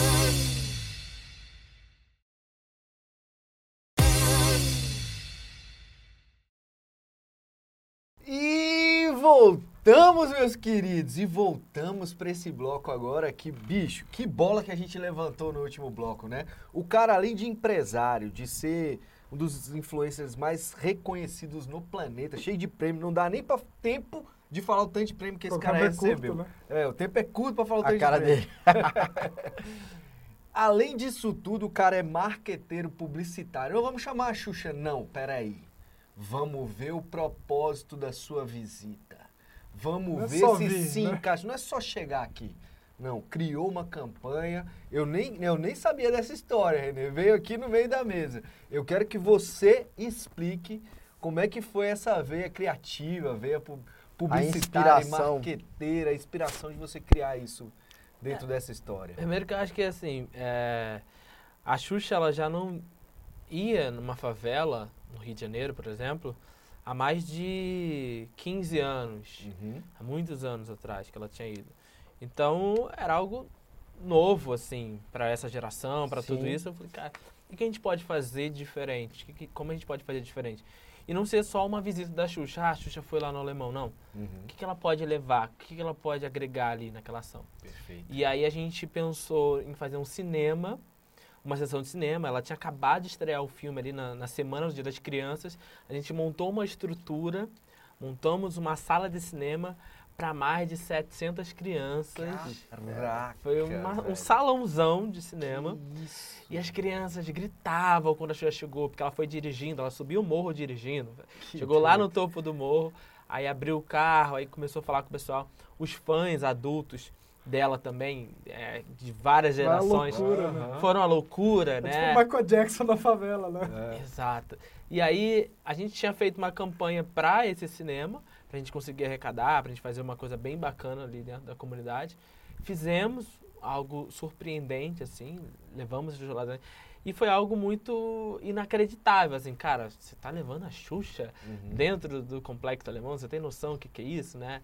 E voltamos, meus queridos, e voltamos para esse bloco agora aqui. Bicho, que bola que a gente levantou no último bloco, né? O cara, além de empresário, de ser um dos influencers mais reconhecidos no planeta, cheio de prêmio, não dá nem pra tempo de falar o tanto de prêmio que esse O cara tempo é curto, recebeu. né? É, o tempo é curto pra falar o A tanto cara de prêmio. dele. Além disso tudo, o cara é marqueteiro publicitário. Não vamos chamar a Xuxa, não, peraí. Vamos ver o propósito da sua visita. Vamos Não é ver só se vir, se né? encaixa. Não é só chegar aqui. Não, criou uma campanha. Eu nem, eu nem sabia dessa história, René. Veio aqui no meio da mesa. Eu quero que você explique como é que foi essa veia criativa, a veia pu- publicitária, inspiração. marqueteira, a inspiração de você criar isso dentro dessa história. Primeiro que eu acho que, assim, é, a Xuxa, ela já não ia numa favela, no Rio de Janeiro, por exemplo, há mais de quinze anos. Uhum. Há muitos anos atrás que ela tinha ido. Então, era algo novo, assim, para essa geração, para tudo Sim. isso. Eu falei, cara, o que a gente pode fazer diferente? Que- que- Como a gente pode fazer diferente? E não ser só uma visita da Xuxa. Ah, a Xuxa foi lá no Alemão. Não. Uhum. O que que ela pode levar? O que que ela pode agregar ali naquela ação? Perfeito. E aí a gente pensou em fazer um cinema, uma sessão de cinema. Ela tinha acabado de estrear o filme ali na, na semana do Dia das Crianças. A gente montou uma estrutura, montamos uma sala de cinema para mais de setecentas crianças. Caraca, Foi uma- um velho. salãozão de cinema. E as crianças gritavam quando a Xuxa chegou, porque ela foi dirigindo, ela subiu o morro dirigindo. Chegou lá no topo do morro, aí abriu o carro, aí começou a falar com o pessoal. Os fãs adultos dela também, é, de várias Vai a gerações, loucura, né? foram a loucura, É né? tipo o Michael Jackson da favela, né? Exato. E aí, a gente tinha feito uma campanha para esse cinema, pra gente conseguir arrecadar, pra gente fazer uma coisa bem bacana ali dentro da comunidade. Fizemos algo surpreendente, assim, levamos os lá dentro. E foi algo muito inacreditável, assim, cara, você tá levando a Xuxa dentro do Complexo Alemão, você tem noção do que, que é isso, né?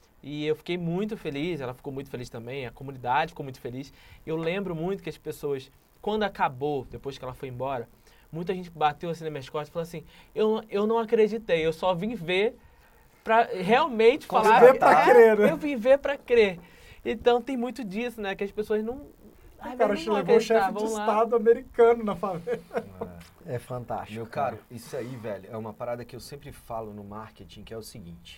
E eu fiquei muito feliz, ela ficou muito feliz também, a comunidade ficou muito feliz. Eu lembro muito que as pessoas, quando acabou, depois que ela foi embora, muita gente bateu assim nas minhas costas e falou assim, eu, eu não acreditei, eu só vim ver pra realmente falar... ver pra "É, crer, né?" Eu vim ver pra crer. Então tem muito disso, né, que as pessoas não... Ai, O cara velho, não levou o acreditar, chefe de vamos lá. Estado americano na favela. É fantástico. Meu caro, isso aí, velho, é uma parada que eu sempre falo no marketing, que é o seguinte,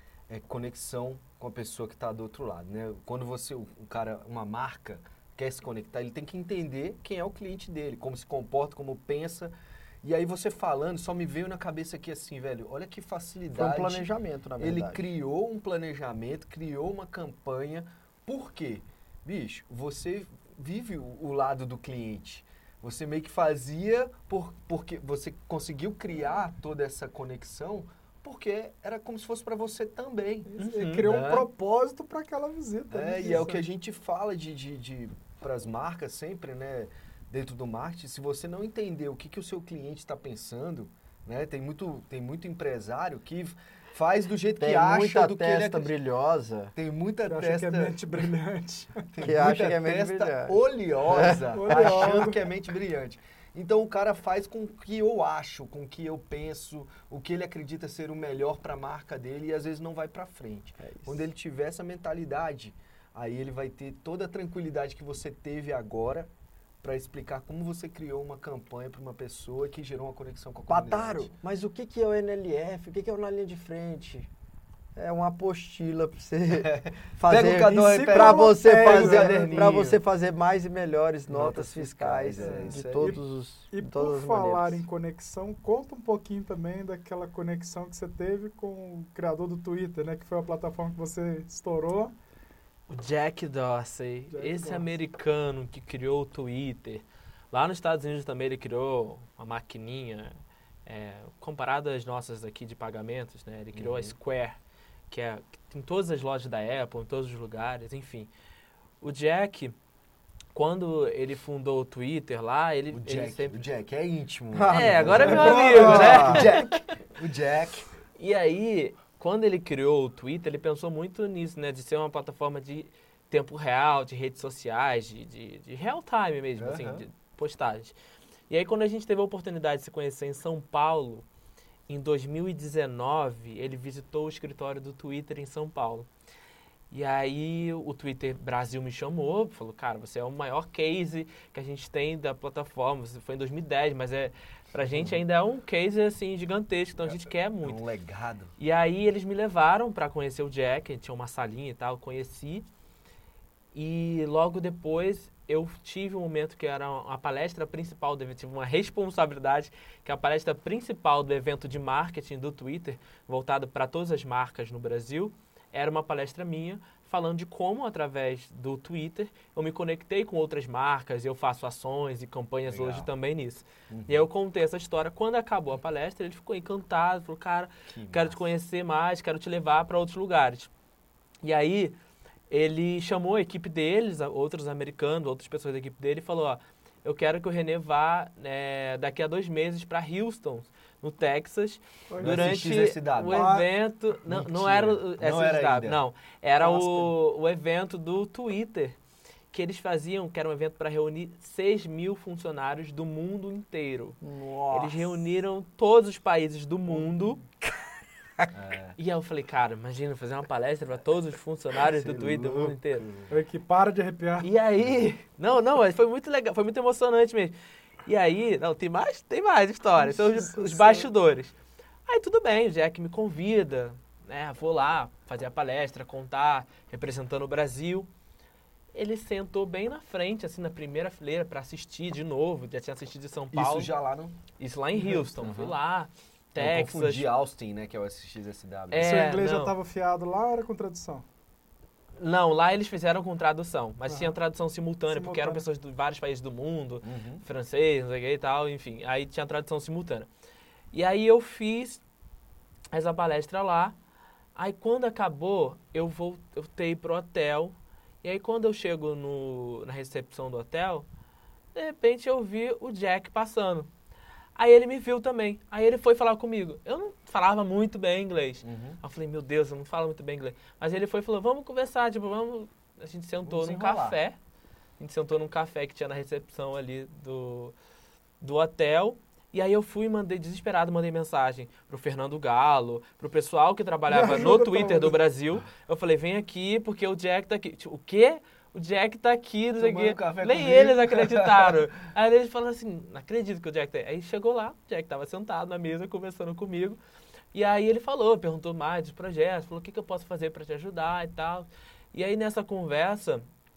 é conexão com a pessoa que está do outro lado, né? Quando você, o, o cara, uma marca, quer se conectar, ele tem que entender quem é o cliente dele, como se comporta, como pensa, E aí você falando, só me veio na cabeça aqui assim, velho, olha que Foi facilidade. um planejamento, na verdade. Ele criou um planejamento, criou uma campanha. Por quê? Bicho, você vive o, o lado do cliente. Você meio que fazia por, porque você conseguiu criar toda essa conexão porque era como se fosse para você também. Ele criou né? um propósito para aquela visita. É, né? e é o que a gente fala de, de, de para as marcas sempre, né? Dentro do marketing, se você não entender o que, que o seu cliente está pensando, né? Tem muito, tem muito empresário que faz do jeito Tem que acha muita do que ele testa acredita. brilhosa. Tem muita Que acha testa que é mente brilhante. tem que acha muita que é mente testa brilhante. oleosa, Oleosa. achando que é mente brilhante. Então o cara faz com o que eu acho, com o que eu penso, o que ele acredita ser o melhor para a marca dele e às vezes não vai para frente. É isso. Quando ele tiver essa mentalidade, aí ele vai ter toda a tranquilidade que você teve agora para explicar como você criou uma campanha para uma pessoa que gerou uma conexão com a comunidade. Pataro, mas o que, que é o N L F? O que, que é o na linha de frente? É uma apostila para você fazer, Pega o caderno, para pega você pega o fazer, caderninho. para você fazer mais e melhores notas, Notas fiscais, fiscais, é, de isso aí. todos os E de todas por as falar maneiras. em conexão, conta um pouquinho também daquela conexão que você teve com o criador do Twitter, né? Que foi a plataforma que você estourou. O Jack Dorsey, Jack esse Dorsey. americano que criou o Twitter. Lá nos Estados Unidos também ele criou uma maquininha, é, comparado às nossas aqui de pagamentos, né? Ele criou Uhum. a Square, que é que tem em todas as lojas da Apple, em todos os lugares, enfim. O Jack, quando ele fundou o Twitter lá, ele, O ele Jack, sempre... o Jack é íntimo. É, agora é meu Agora- amigo, né? O Jack, o Jack. E aí, quando ele criou o Twitter, ele pensou muito nisso, né? De ser uma plataforma de tempo real, de redes sociais, de, de, de real time mesmo, assim, Aham. de postagens. E aí, quando a gente teve a oportunidade de se conhecer em São Paulo, em dois mil e dezenove, ele visitou o escritório do Twitter em São Paulo. E aí, o Twitter Brasil me chamou, falou, cara, você é o maior case que a gente tem da plataforma. Você foi em dois mil e dez, mas é, pra gente ainda é um case, assim, gigantesco, então a gente quer É muito. um legado. E aí eles me levaram para conhecer o Jack, tinha uma salinha e tal, conheci. E logo depois eu tive um momento que era a palestra principal do evento, tive uma responsabilidade, que é a palestra principal do evento de marketing do Twitter, voltado para todas as marcas no Brasil, era uma palestra minha, falando de como, através do Twitter, eu me conectei com outras marcas, eu faço ações e campanhas Legal. hoje também nisso. Uhum. E aí eu contei essa história. Quando acabou a palestra, ele ficou encantado, falou, cara, Que quero massa. te conhecer mais, quero te levar para outros lugares. E aí, ele chamou a equipe deles, a- outros americanos, outras pessoas da equipe dele, e falou, ó, eu quero que o René vá é, daqui a dois meses para Houston, no Texas, Olha, durante X S W. o Ah, evento... Não, não mentira. era o Não S S W, era ainda. não. Era Aspen. o, o evento do Twitter, que eles faziam, que era um evento para reunir seis mil funcionários do mundo inteiro. Nossa. Eles reuniram todos os países do mundo. É. E aí eu falei, cara, imagina fazer uma palestra para todos os funcionários do Cê é Twitter do mundo louco. inteiro. Foi que para de arrepiar. E aí, não, não, mas foi muito legal, foi muito emocionante mesmo. E aí, não, tem mais, tem mais histórias, são os, Nossa os Senhora. bastidores. Aí tudo bem, o Jack me convida, né, vou lá fazer a palestra, contar, representando o Brasil. Ele sentou bem na frente, assim, na primeira fileira para assistir de novo, já tinha assistido de São Paulo. Isso já lá no... Isso lá em Houston, Uhum. fui lá, Eu Texas. confundi Austin, né? Que é o X S W. É, Seu inglês já não. estava afiado lá ou era com tradução? Não, lá eles fizeram com tradução, mas Aham. tinha tradução simultânea, porque eram Simultânea. pessoas de vários países do mundo, Uhum. francês, não sei o que e tal, enfim. Aí tinha tradução simultânea. E aí eu fiz essa palestra lá, aí quando acabou, eu voltei pro hotel, e aí quando eu chego no, na recepção do hotel, de repente eu vi o Jack passando. Aí ele me viu também, aí ele foi falar comigo. Eu não falava muito bem inglês. Uhum. Aí eu falei, meu Deus, eu não falo muito bem inglês. Mas ele foi e falou, vamos conversar, tipo, vamos... A gente sentou Vamos num enrolar. café. A gente sentou num café que tinha na recepção ali do, do hotel. E aí eu fui e mandei, desesperado, mandei mensagem pro Fernando Galo, pro pessoal que trabalhava Me no ajuda, Twitter pelo do amor de Brasil. Eu falei, vem aqui porque o Jack tá aqui. Tipo, o quê? O Jack tá aqui, não sei o Tomando quê. café Nem comigo. eles acreditaram. Aí eles falaram assim, não acredito que o Jack tá aí. Aí chegou lá, o Jack tava sentado na mesa, conversando comigo. E aí ele falou, perguntou mais dos projetos, falou o que, que eu posso fazer para te ajudar e tal. E aí nessa conversa,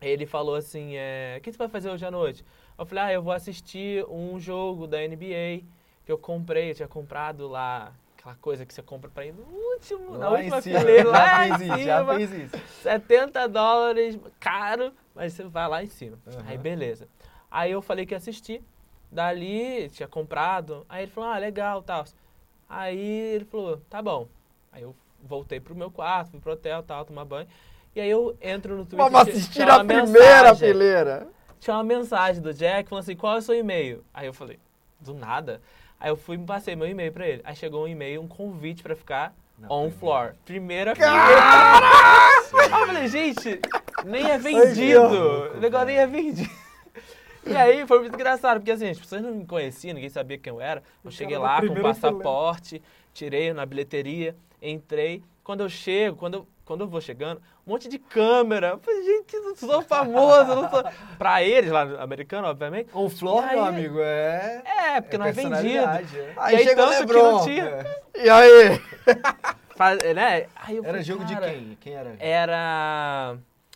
ele falou assim, é, o que você vai fazer hoje à noite? Eu falei, ah, eu vou assistir um jogo da N B A que eu comprei, eu tinha comprado lá, aquela coisa que você compra pra ir no último, na Lá última em cima. fileira, lá Já em fiz isso, já cima, fiz isso. setenta dólares, caro, mas você vai lá em cima. Uhum. Aí, beleza. Aí eu falei que ia assistir, dali, tinha comprado, aí ele falou, ah, legal, tal. Aí ele falou, tá bom. Aí eu voltei pro meu quarto, fui pro hotel, tal, tomar banho. E aí eu entro no Twitter. Vamos assistir a primeira fileira. Tinha uma mensagem do Jack falando assim, qual é o seu e-mail? Aí eu falei, do nada. Aí eu fui e passei meu e-mail pra ele. Aí chegou um e-mail, um convite pra ficar Na on primeira. floor. Primeira fileira. Aí eu falei, gente, nem é vendido. O negócio nem é vendido. E aí foi muito engraçado, porque assim, as pessoas não me conheciam, ninguém sabia quem eu era. Eu cheguei lá com o passaporte, tirei na bilheteria, entrei. Quando eu chego, quando eu, quando eu vou chegando, um monte de câmera. Eu falei, gente, eu não sou famoso, eu não sou... Pra eles, lá americano, obviamente. On floor, E aí- meu amigo, é... É, porque não é vendido. personalidade, é. Aí, E aí, chega o tanto que LeBron. não tinha. É. E aí? Faz- né? Aí eu Era falei, jogo cara, de quem? Quem era? Era...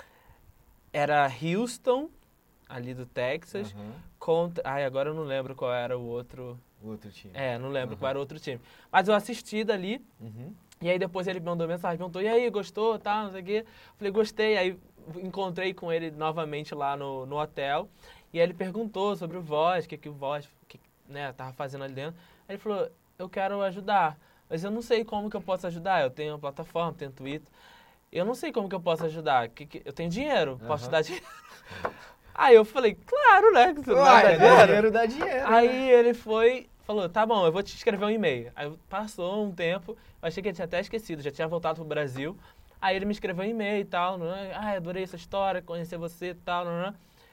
Era Houston, ali do Texas, Aham. contra... Ai, agora eu não lembro qual era o outro... O outro time. É, não lembro Aham. qual era o outro time. Mas eu assisti dali, Uhum. e aí depois ele me mandou mensagem, perguntou, e aí, gostou, tá, não sei o quê. Falei, gostei. Aí encontrei com ele novamente lá no, no hotel, e aí ele perguntou sobre o Voz, o que, que o Voz que, né, tava fazendo ali dentro. Aí ele falou, eu quero ajudar, mas eu não sei como que eu posso ajudar. Eu tenho uma plataforma, tenho Twitter. Eu não sei como que eu posso ajudar. Que, que, eu tenho dinheiro, posso te Aham. dar dinheiro? Aí eu falei, claro, né? Que você não vai Uai, dar é dinheiro. dinheiro dá dinheiro. Aí ele foi, falou, tá bom, eu vou te escrever um e-mail. Aí passou um tempo, eu achei que ele tinha até esquecido, já tinha voltado pro Brasil. Aí ele me escreveu um e-mail e tal, né? Ah, adorei essa história, conhecer você e tal, né?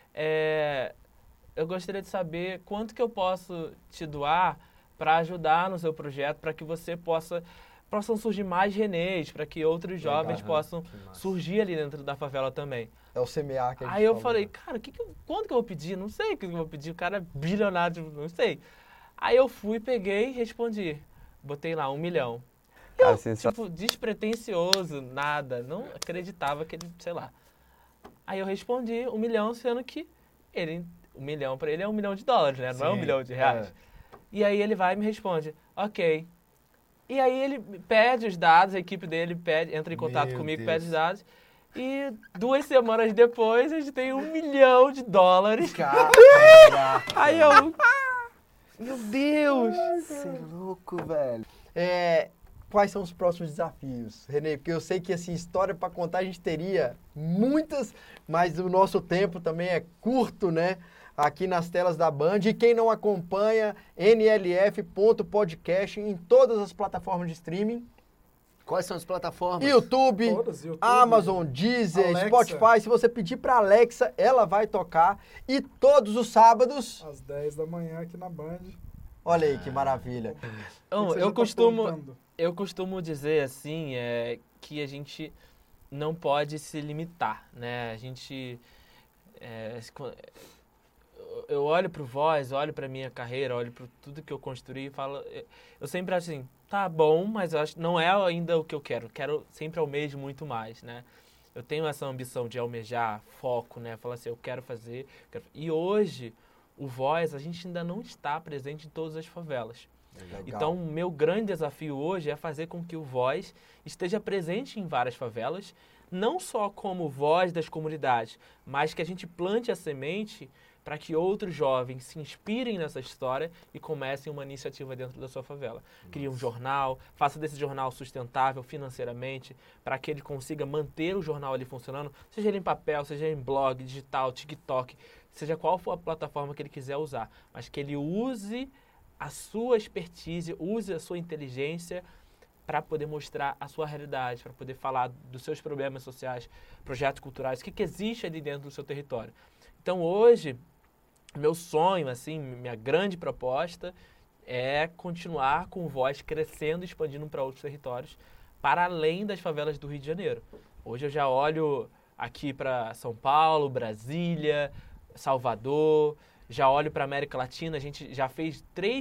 É, eu gostaria de saber quanto que eu posso te doar para ajudar no seu projeto, para que você possa, possam surgir mais Renês, para que outros jovens Aham, possam que massa. surgir ali dentro da favela também. É o semear que a gente Aí eu falou, falei, né? cara, que que eu, quanto que eu vou pedir? Não sei o que eu vou pedir, o cara é bilionário, não sei. Aí eu fui, peguei e respondi. Botei lá, um milhão. Cara, Eu, sensa- tipo, despretensioso, nada, não acreditava que ele, sei lá. Aí eu respondi um milhão, sendo que ele, um milhão pra ele é um milhão de dólares, né? Não é um Sim, milhão de reais. é. E aí ele vai e me responde, ok. E aí ele pede os dados, a equipe dele pede, entra em contato Meu comigo, Deus. pede os dados. E duas semanas depois a gente tem um milhão de dólares. Caraca. Aí eu. Meu Deus! Você é louco, velho. É, quais são os próximos desafios, Renê? Porque eu sei que, assim, história pra contar a gente teria muitas, mas o nosso tempo também é curto, né? Aqui nas telas da Band. E quem não acompanha, N L F ponto podcast em todas as plataformas de streaming. Quais são as plataformas? YouTube, Todas, YouTube, Amazon, Deezer, Alexa. Spotify. Se você pedir pra Alexa, ela vai tocar. E todos os sábados... Às dez da manhã aqui na Band. Olha aí que maravilha. Eu, O que você eu já tá costumo. aprontando? Eu costumo dizer assim, é, que a gente não pode se limitar, né? A gente... é, se con- eu- eu olho pro Voz, olho pra minha carreira, olho pro tudo que eu construí e falo... é, Eu sempre acho assim, tá bom, mas eu acho, não é ainda o que eu quero. Quero sempre almejo muito mais, né? Eu tenho essa ambição de almejar, foco, né? Falar assim, eu quero fazer... quero- E hoje, o Voz, a gente ainda não está presente em todas as favelas. Legal. Então, o meu grande desafio hoje é fazer com que o Voz esteja presente em várias favelas, não só como voz das comunidades, mas que a gente plante a semente para que outros jovens se inspirem nessa história e comecem uma iniciativa dentro da sua favela. Crie um jornal, faça desse jornal sustentável financeiramente, para que ele consiga manter o jornal ali funcionando, seja ele em papel, seja em blog, digital, TikTok, seja qual for a plataforma que ele quiser usar, mas que ele use a sua expertise, use a sua inteligência para poder mostrar a sua realidade, para poder falar dos seus problemas sociais, projetos culturais, o que, que existe ali dentro do seu território. Então, hoje, meu sonho, assim, minha grande proposta é continuar com o Voz crescendo e expandindo para outros territórios, para além das favelas do Rio de Janeiro. Hoje eu já olho aqui para São Paulo, Brasília, Salvador, já olho para a América Latina, a gente já fez três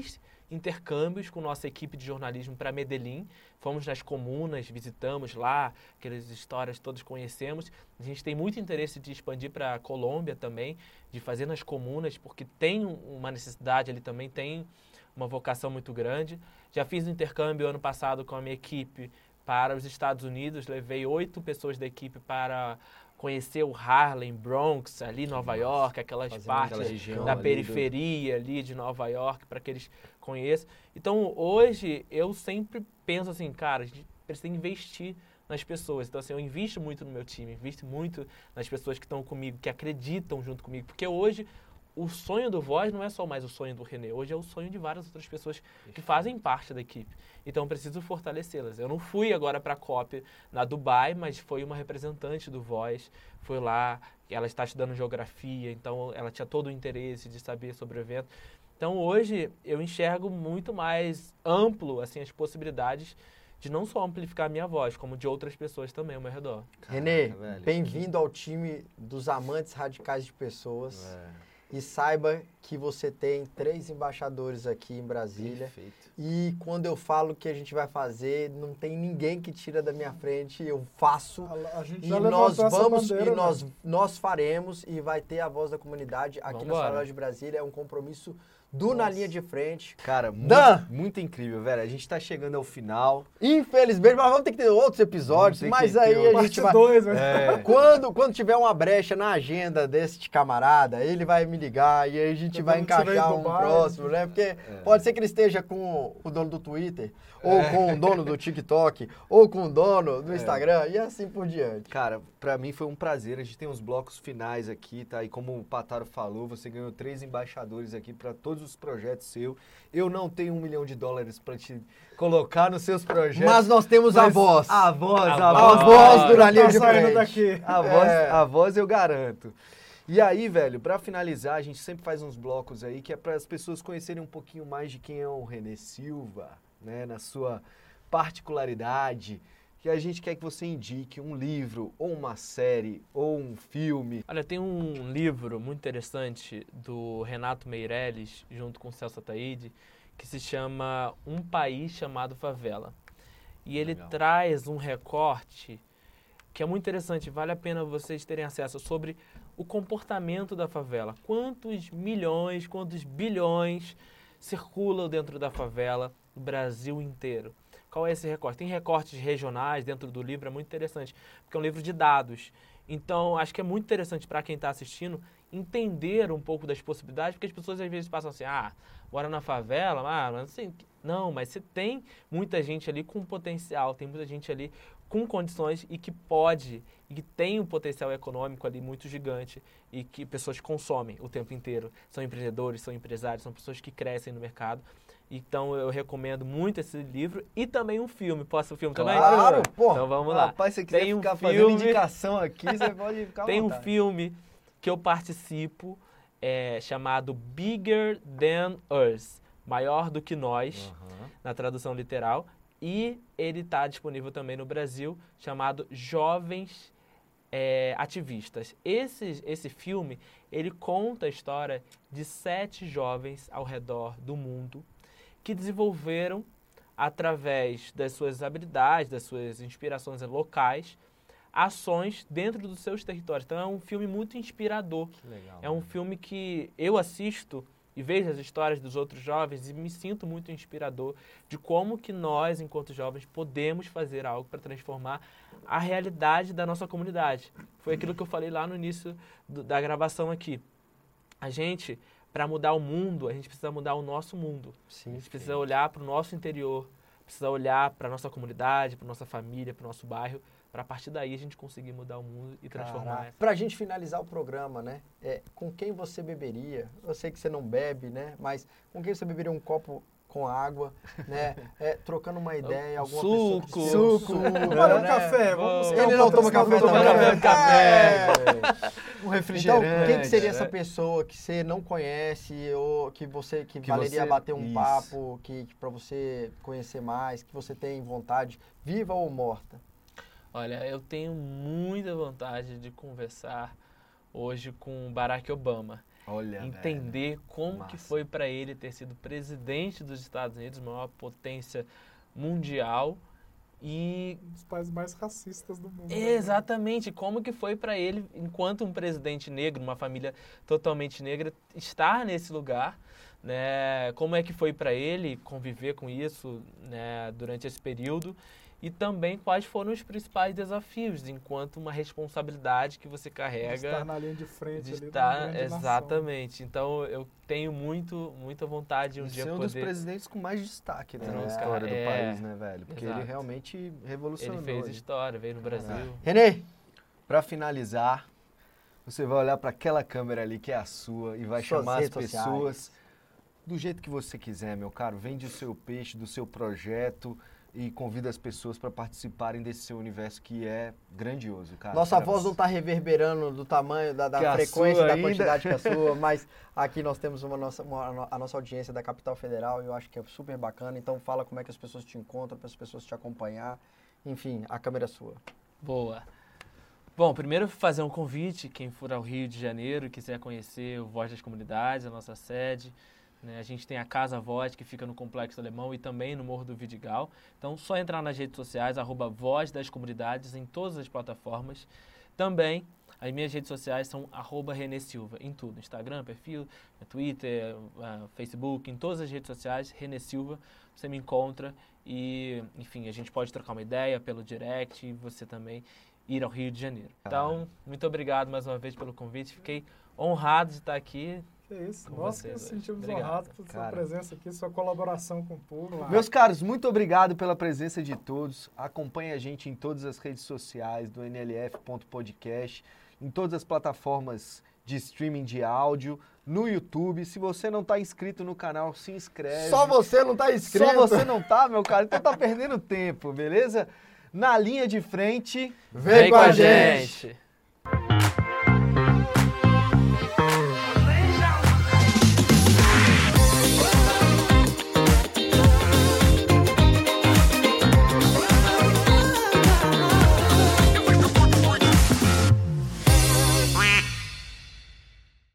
intercâmbios com nossa equipe de jornalismo para Medellín. Fomos nas comunas, visitamos lá, aquelas histórias todas conhecemos. A gente tem muito interesse de expandir para a Colômbia também, de fazer nas comunas, porque tem uma necessidade ali também, tem uma vocação muito grande. Já fiz um intercâmbio ano passado com a minha equipe para os Estados Unidos, levei oito pessoas da equipe para conhecer o Harlem, Bronx, ali em Nova York, aquelas Fazendo partes aquela região da ali periferia ali de Nova York, para que eles conheçam. Então, hoje, eu sempre penso assim, cara, a gente precisa investir nas pessoas. Então, assim, eu invisto muito no meu time, invisto muito nas pessoas que estão comigo, que acreditam junto comigo, porque hoje o sonho do Voz não é só mais o sonho do René, hoje é o sonho de várias outras pessoas que fazem parte da equipe. Então, eu preciso fortalecê-las. Eu não fui agora para a COP na Dubai, mas foi uma representante do Voz, foi lá, ela está estudando geografia, então ela tinha todo o interesse de saber sobre o evento. Então, hoje, eu enxergo muito mais amplo assim, as possibilidades de não só amplificar a minha voz, como de outras pessoas também ao meu redor. Renê, bem-vindo ao time dos amantes radicais de pessoas. É. E saiba que você tem três embaixadores aqui em Brasília. Perfeito. E quando eu falo que a gente vai fazer, não tem ninguém que tira da minha frente, eu faço. A, a gente e já nós vamos bandeira, e nós, nós faremos e vai ter a voz da comunidade aqui Vambora. na Favelas de Brasília. É um compromisso do Na Linha de Frente. Cara, muito, Dan! muito incrível, velho. A gente tá chegando ao final. Infelizmente, mas vamos ter que ter outros episódios, Vamos ter mas que aí ter a gente Parte vai... dois, né? É. Quando, quando tiver uma brecha na agenda desse camarada, ele vai me ligar e aí a gente Quando vai ele estiver encaixar em um Dubai, próximo, né? Porque pode ser que ele esteja com o dono do Twitter, ou com o dono do TikTok, ou com o dono do Instagram, e assim por diante. Cara, pra mim foi um prazer. A gente tem uns blocos finais aqui, tá? E como o Pataro falou, você ganhou três embaixadores aqui pra todos os projetos seus. Eu não tenho um milhão de dólares pra te colocar nos seus projetos. Mas nós temos a mas voz. A voz, a, A voz. A voz do Na Tá Linha de saindo Frente. daqui. A voz, É. a voz eu garanto. E aí, velho, pra finalizar, a gente sempre faz uns blocos aí que é para as pessoas conhecerem um pouquinho mais de quem é o René Silva, né, na sua particularidade. Que a gente quer que você indique um livro, ou uma série, ou um filme. Olha, tem um livro muito interessante do Renato Meirelles, junto com o Celso Ataíde, que se chama Um País Chamado Favela. E ele Legal. traz um recorte que é muito interessante, vale a pena vocês terem acesso, sobre o comportamento da favela. Quantos milhões, quantos bilhões circulam dentro da favela no Brasil inteiro? Qual é esse recorte? Tem recortes regionais dentro do livro, é muito interessante, porque é um livro de dados. Então, acho que é muito interessante para quem está assistindo entender um pouco das possibilidades, porque as pessoas às vezes passam assim, ah, mora na favela, ah, mas assim, não, mas você tem muita gente ali com potencial, tem muita gente ali com condições e que pode, e que tem um potencial econômico ali muito gigante e que pessoas consomem o tempo inteiro. São empreendedores, são empresários, são pessoas que crescem no mercado. Então, eu recomendo muito esse livro e também um filme. Posso o filme também? Claro, pô. Então, vamos lá. Rapaz, se você quiser Tem um ficar fazendo filme- indicação aqui, você pode ficar à Tem um vontade. filme que eu participo, é, chamado Bigger Than Us, Maior do que Nós, Aham. na tradução literal. E ele está disponível também no Brasil, chamado Jovens é, Ativistas. Esse, esse filme, ele conta a história de sete jovens ao redor do mundo que desenvolveram, através das suas habilidades, das suas inspirações locais, ações dentro dos seus territórios. Então é um filme muito inspirador. Que legal. É um filme que eu assisto e vejo as histórias dos outros jovens e me sinto muito inspirador de como que nós, enquanto jovens, podemos fazer algo para transformar a realidade da nossa comunidade. Foi aquilo que eu falei lá no início do, da gravação aqui. A gente, para mudar o mundo, a gente precisa mudar o nosso mundo. Sim, A gente precisa olhar para o nosso interior, precisa olhar para a nossa comunidade, para a nossa família, para o nosso bairro, para a partir daí a gente conseguir mudar o mundo e transformar. Caraca. Pra gente finalizar o programa, né? É, com quem você beberia? Eu sei que você não bebe, né? Mas com quem você beberia um copo com água, né? É, trocando uma ideia, alguma Suco. pessoa que... Suco. Bora um né? café, vamos buscar Ele um não toma café patrocinador também. pra café, café. Um Então, refrigerante. quem que seria essa né? pessoa que você não conhece ou que você que, Que valeria você- bater um isso. papo, que, que para você conhecer mais, que você tem vontade, viva ou morta? Olha, eu tenho muita vontade de conversar hoje com Barack Obama. Olha, entender velho. como Massa. que foi para ele ter sido presidente dos Estados Unidos, maior potência mundial, e Um dos países mais racistas do mundo. exatamente como que foi para ele, enquanto um presidente negro, uma família totalmente negra, estar nesse lugar, né? Como é que foi para ele conviver com isso, né, durante esse período, e também quais foram os principais desafios enquanto uma responsabilidade que você carrega De estar na linha de frente de ali estar, da grande exatamente. Então eu tenho muito muita vontade de um E dia ser um poder. dos presidentes com mais destaque né, na É, história do é, país, né, velho? Porque exato. ele realmente revolucionou. Ele fez né? história, veio no Brasil. Renê, pra finalizar, você vai olhar pra aquela câmera ali que é a sua e vai Suas chamar as redes pessoas sociais. do jeito que você quiser, meu caro. Vende o seu peixe, do seu projeto e convida as pessoas para participarem desse seu universo que é grandioso, cara. Nossa Parabéns. voz não está reverberando do tamanho, da, da Que a frequência, sua da ainda. quantidade que a sua, mas aqui nós temos uma nossa, uma- a nossa audiência da Capital Federal e eu acho que é super bacana. Então fala como é que as pessoas te encontram, para as pessoas te acompanhar. Enfim, a câmera é sua. Boa. Bom, primeiro fazer um convite, quem for ao Rio de Janeiro e quiser conhecer o Voz das Comunidades, a nossa sede. Né? A gente tem a Casa Voz, que fica no Complexo Alemão e também no Morro do Vidigal. Então, só entrar nas redes sociais, arroba Voz das Comunidades, em todas as plataformas. Também, as minhas redes sociais são arroba Renê Silva, em tudo. Instagram, perfil, Twitter, uh, Facebook, em todas as redes sociais, Renê Silva, você me encontra. E, enfim, a gente pode trocar uma ideia pelo direct e você também ir ao Rio de Janeiro. Então, muito obrigado mais uma vez pelo convite. Fiquei honrado de estar aqui. Que é isso. Com Nós que vocês nos hoje. sentimos Obrigado, honrados por sua cara. presença aqui, sua colaboração com o público. Meus caros, muito obrigado pela presença de todos. Acompanhe a gente em todas as redes sociais do N L F ponto podcast, em todas as plataformas de streaming de áudio, no YouTube. Se você não está inscrito no canal, se inscreve. Só você não está inscrito. Só você não tá, meu cara? Então tá perdendo tempo, beleza? Na linha de frente, Vem com a gente.